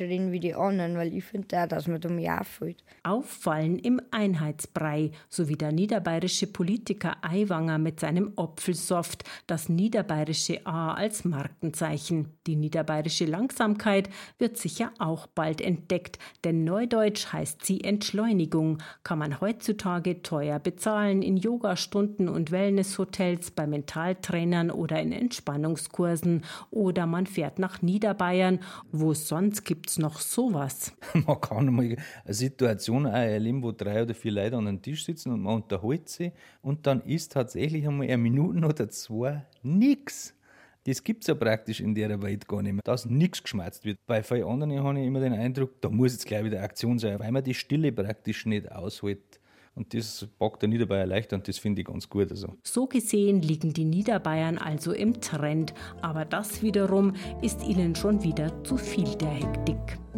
schreien wie die anderen, weil ich finde da, dass man da mehr auffällt. Auffallen im Einheitsbrei, so wie der niederbayerische Politiker Aiwanger mit seinem Apfelsoft, das niederbayerische A als Markenzeichen. Die niederbayerische Langsamkeit wird sicher auch bald entdeckt, denn neudeutsch heißt sie Entschleunigung. Kann man heutzutage teuer bezahlen in Yogastunden und Wellnesshotels, bei Mentaltrainern oder in Entspannungskursen. Oder man fährt nach Niederbayern. Wo sonst gibt's noch sowas? Man kann mal eine Situation auch erleben, wo 3 oder 4 Leute an einem Tisch sitzen und man unterhält sich und dann ist tatsächlich einmal 1 Minute oder 2 nichts. Das gibt es ja praktisch in der Welt gar nicht mehr, dass nichts geschmerzt wird. Bei vielen anderen habe ich immer den Eindruck, da muss jetzt gleich wieder Aktion sein, weil man die Stille praktisch nicht aushält. Und das packt der Niederbayer leichter und das finde ich ganz gut. So gesehen liegen die Niederbayern also im Trend. Aber das wiederum ist ihnen schon wieder zu viel der Hektik.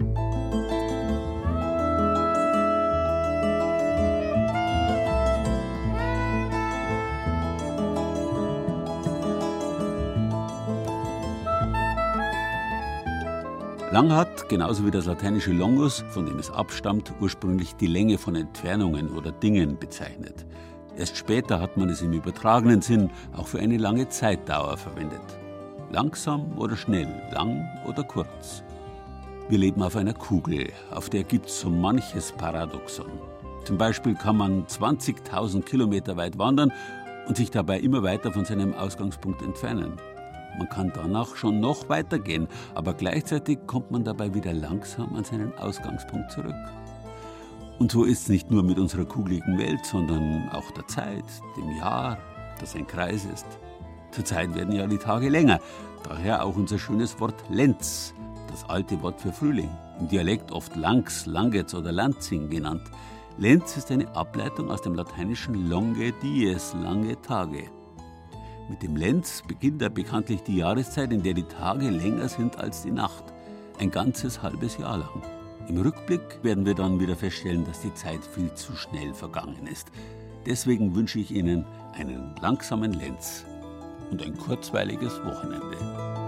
Lang hat, genauso wie das lateinische longus, von dem es abstammt, ursprünglich die Länge von Entfernungen oder Dingen bezeichnet. Erst später hat man es im übertragenen Sinn auch für eine lange Zeitdauer verwendet. Langsam oder schnell, lang oder kurz. Wir leben auf einer Kugel, auf der gibt es so manches Paradoxon. Zum Beispiel kann man 20.000 Kilometer weit wandern und sich dabei immer weiter von seinem Ausgangspunkt entfernen. Man kann danach schon noch weitergehen, aber gleichzeitig kommt man dabei wieder langsam an seinen Ausgangspunkt zurück. Und so ist es nicht nur mit unserer kugeligen Welt, sondern auch der Zeit, dem Jahr, das ein Kreis ist. Zurzeit werden ja die Tage länger, daher auch unser schönes Wort Lenz, das alte Wort für Frühling, im Dialekt oft Langs, Langetz oder Lanzing genannt. Lenz ist eine Ableitung aus dem lateinischen longe dies, lange Tage. Mit dem Lenz beginnt ja bekanntlich die Jahreszeit, in der die Tage länger sind als die Nacht. Ein ganzes halbes Jahr lang. Im Rückblick werden wir dann wieder feststellen, dass die Zeit viel zu schnell vergangen ist. Deswegen wünsche ich Ihnen einen langsamen Lenz und ein kurzweiliges Wochenende.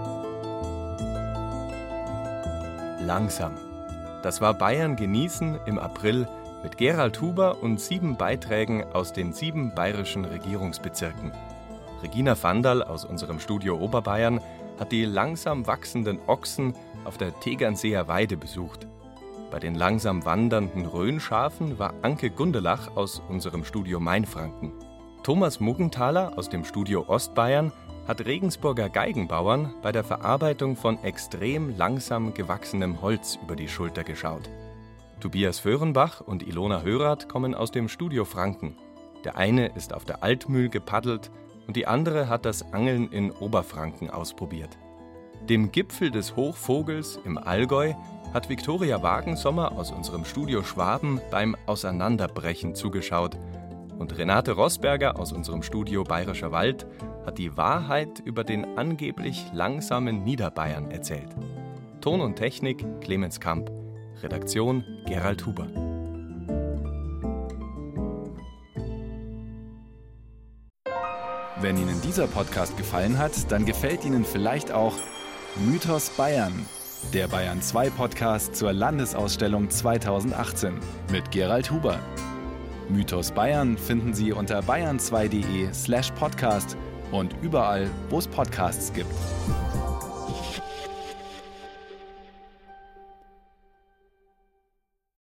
Langsam. Das war Bayern genießen im April mit Gerald Huber und 7 Beiträgen aus den 7 bayerischen Regierungsbezirken. Regina Vandal aus unserem Studio Oberbayern hat die langsam wachsenden Ochsen auf der Tegernseer Weide besucht. Bei den langsam wandernden Rhönschafen war Anke Gundelach aus unserem Studio Mainfranken. Thomas Muggenthaler aus dem Studio Ostbayern hat Regensburger Geigenbauern bei der Verarbeitung von extrem langsam gewachsenem Holz über die Schulter geschaut. Tobias Föhrenbach und Ilona Hörath kommen aus dem Studio Franken. Der eine ist auf der Altmühl gepaddelt und die andere hat das Angeln in Oberfranken ausprobiert. Dem Gipfel des Hochvogels im Allgäu hat Viktoria Wagensommer aus unserem Studio Schwaben beim Auseinanderbrechen zugeschaut. Und Renate Rosberger aus unserem Studio Bayerischer Wald hat die Wahrheit über den angeblich langsamen Niederbayern erzählt. Ton und Technik Clemens Kamp, Redaktion Gerald Huber. Wenn Ihnen dieser Podcast gefallen hat, dann gefällt Ihnen vielleicht auch Mythos Bayern, der Bayern 2 Podcast zur Landesausstellung 2018 mit Gerald Huber. Mythos Bayern finden Sie unter bayern2.de/podcast und überall, wo es Podcasts gibt.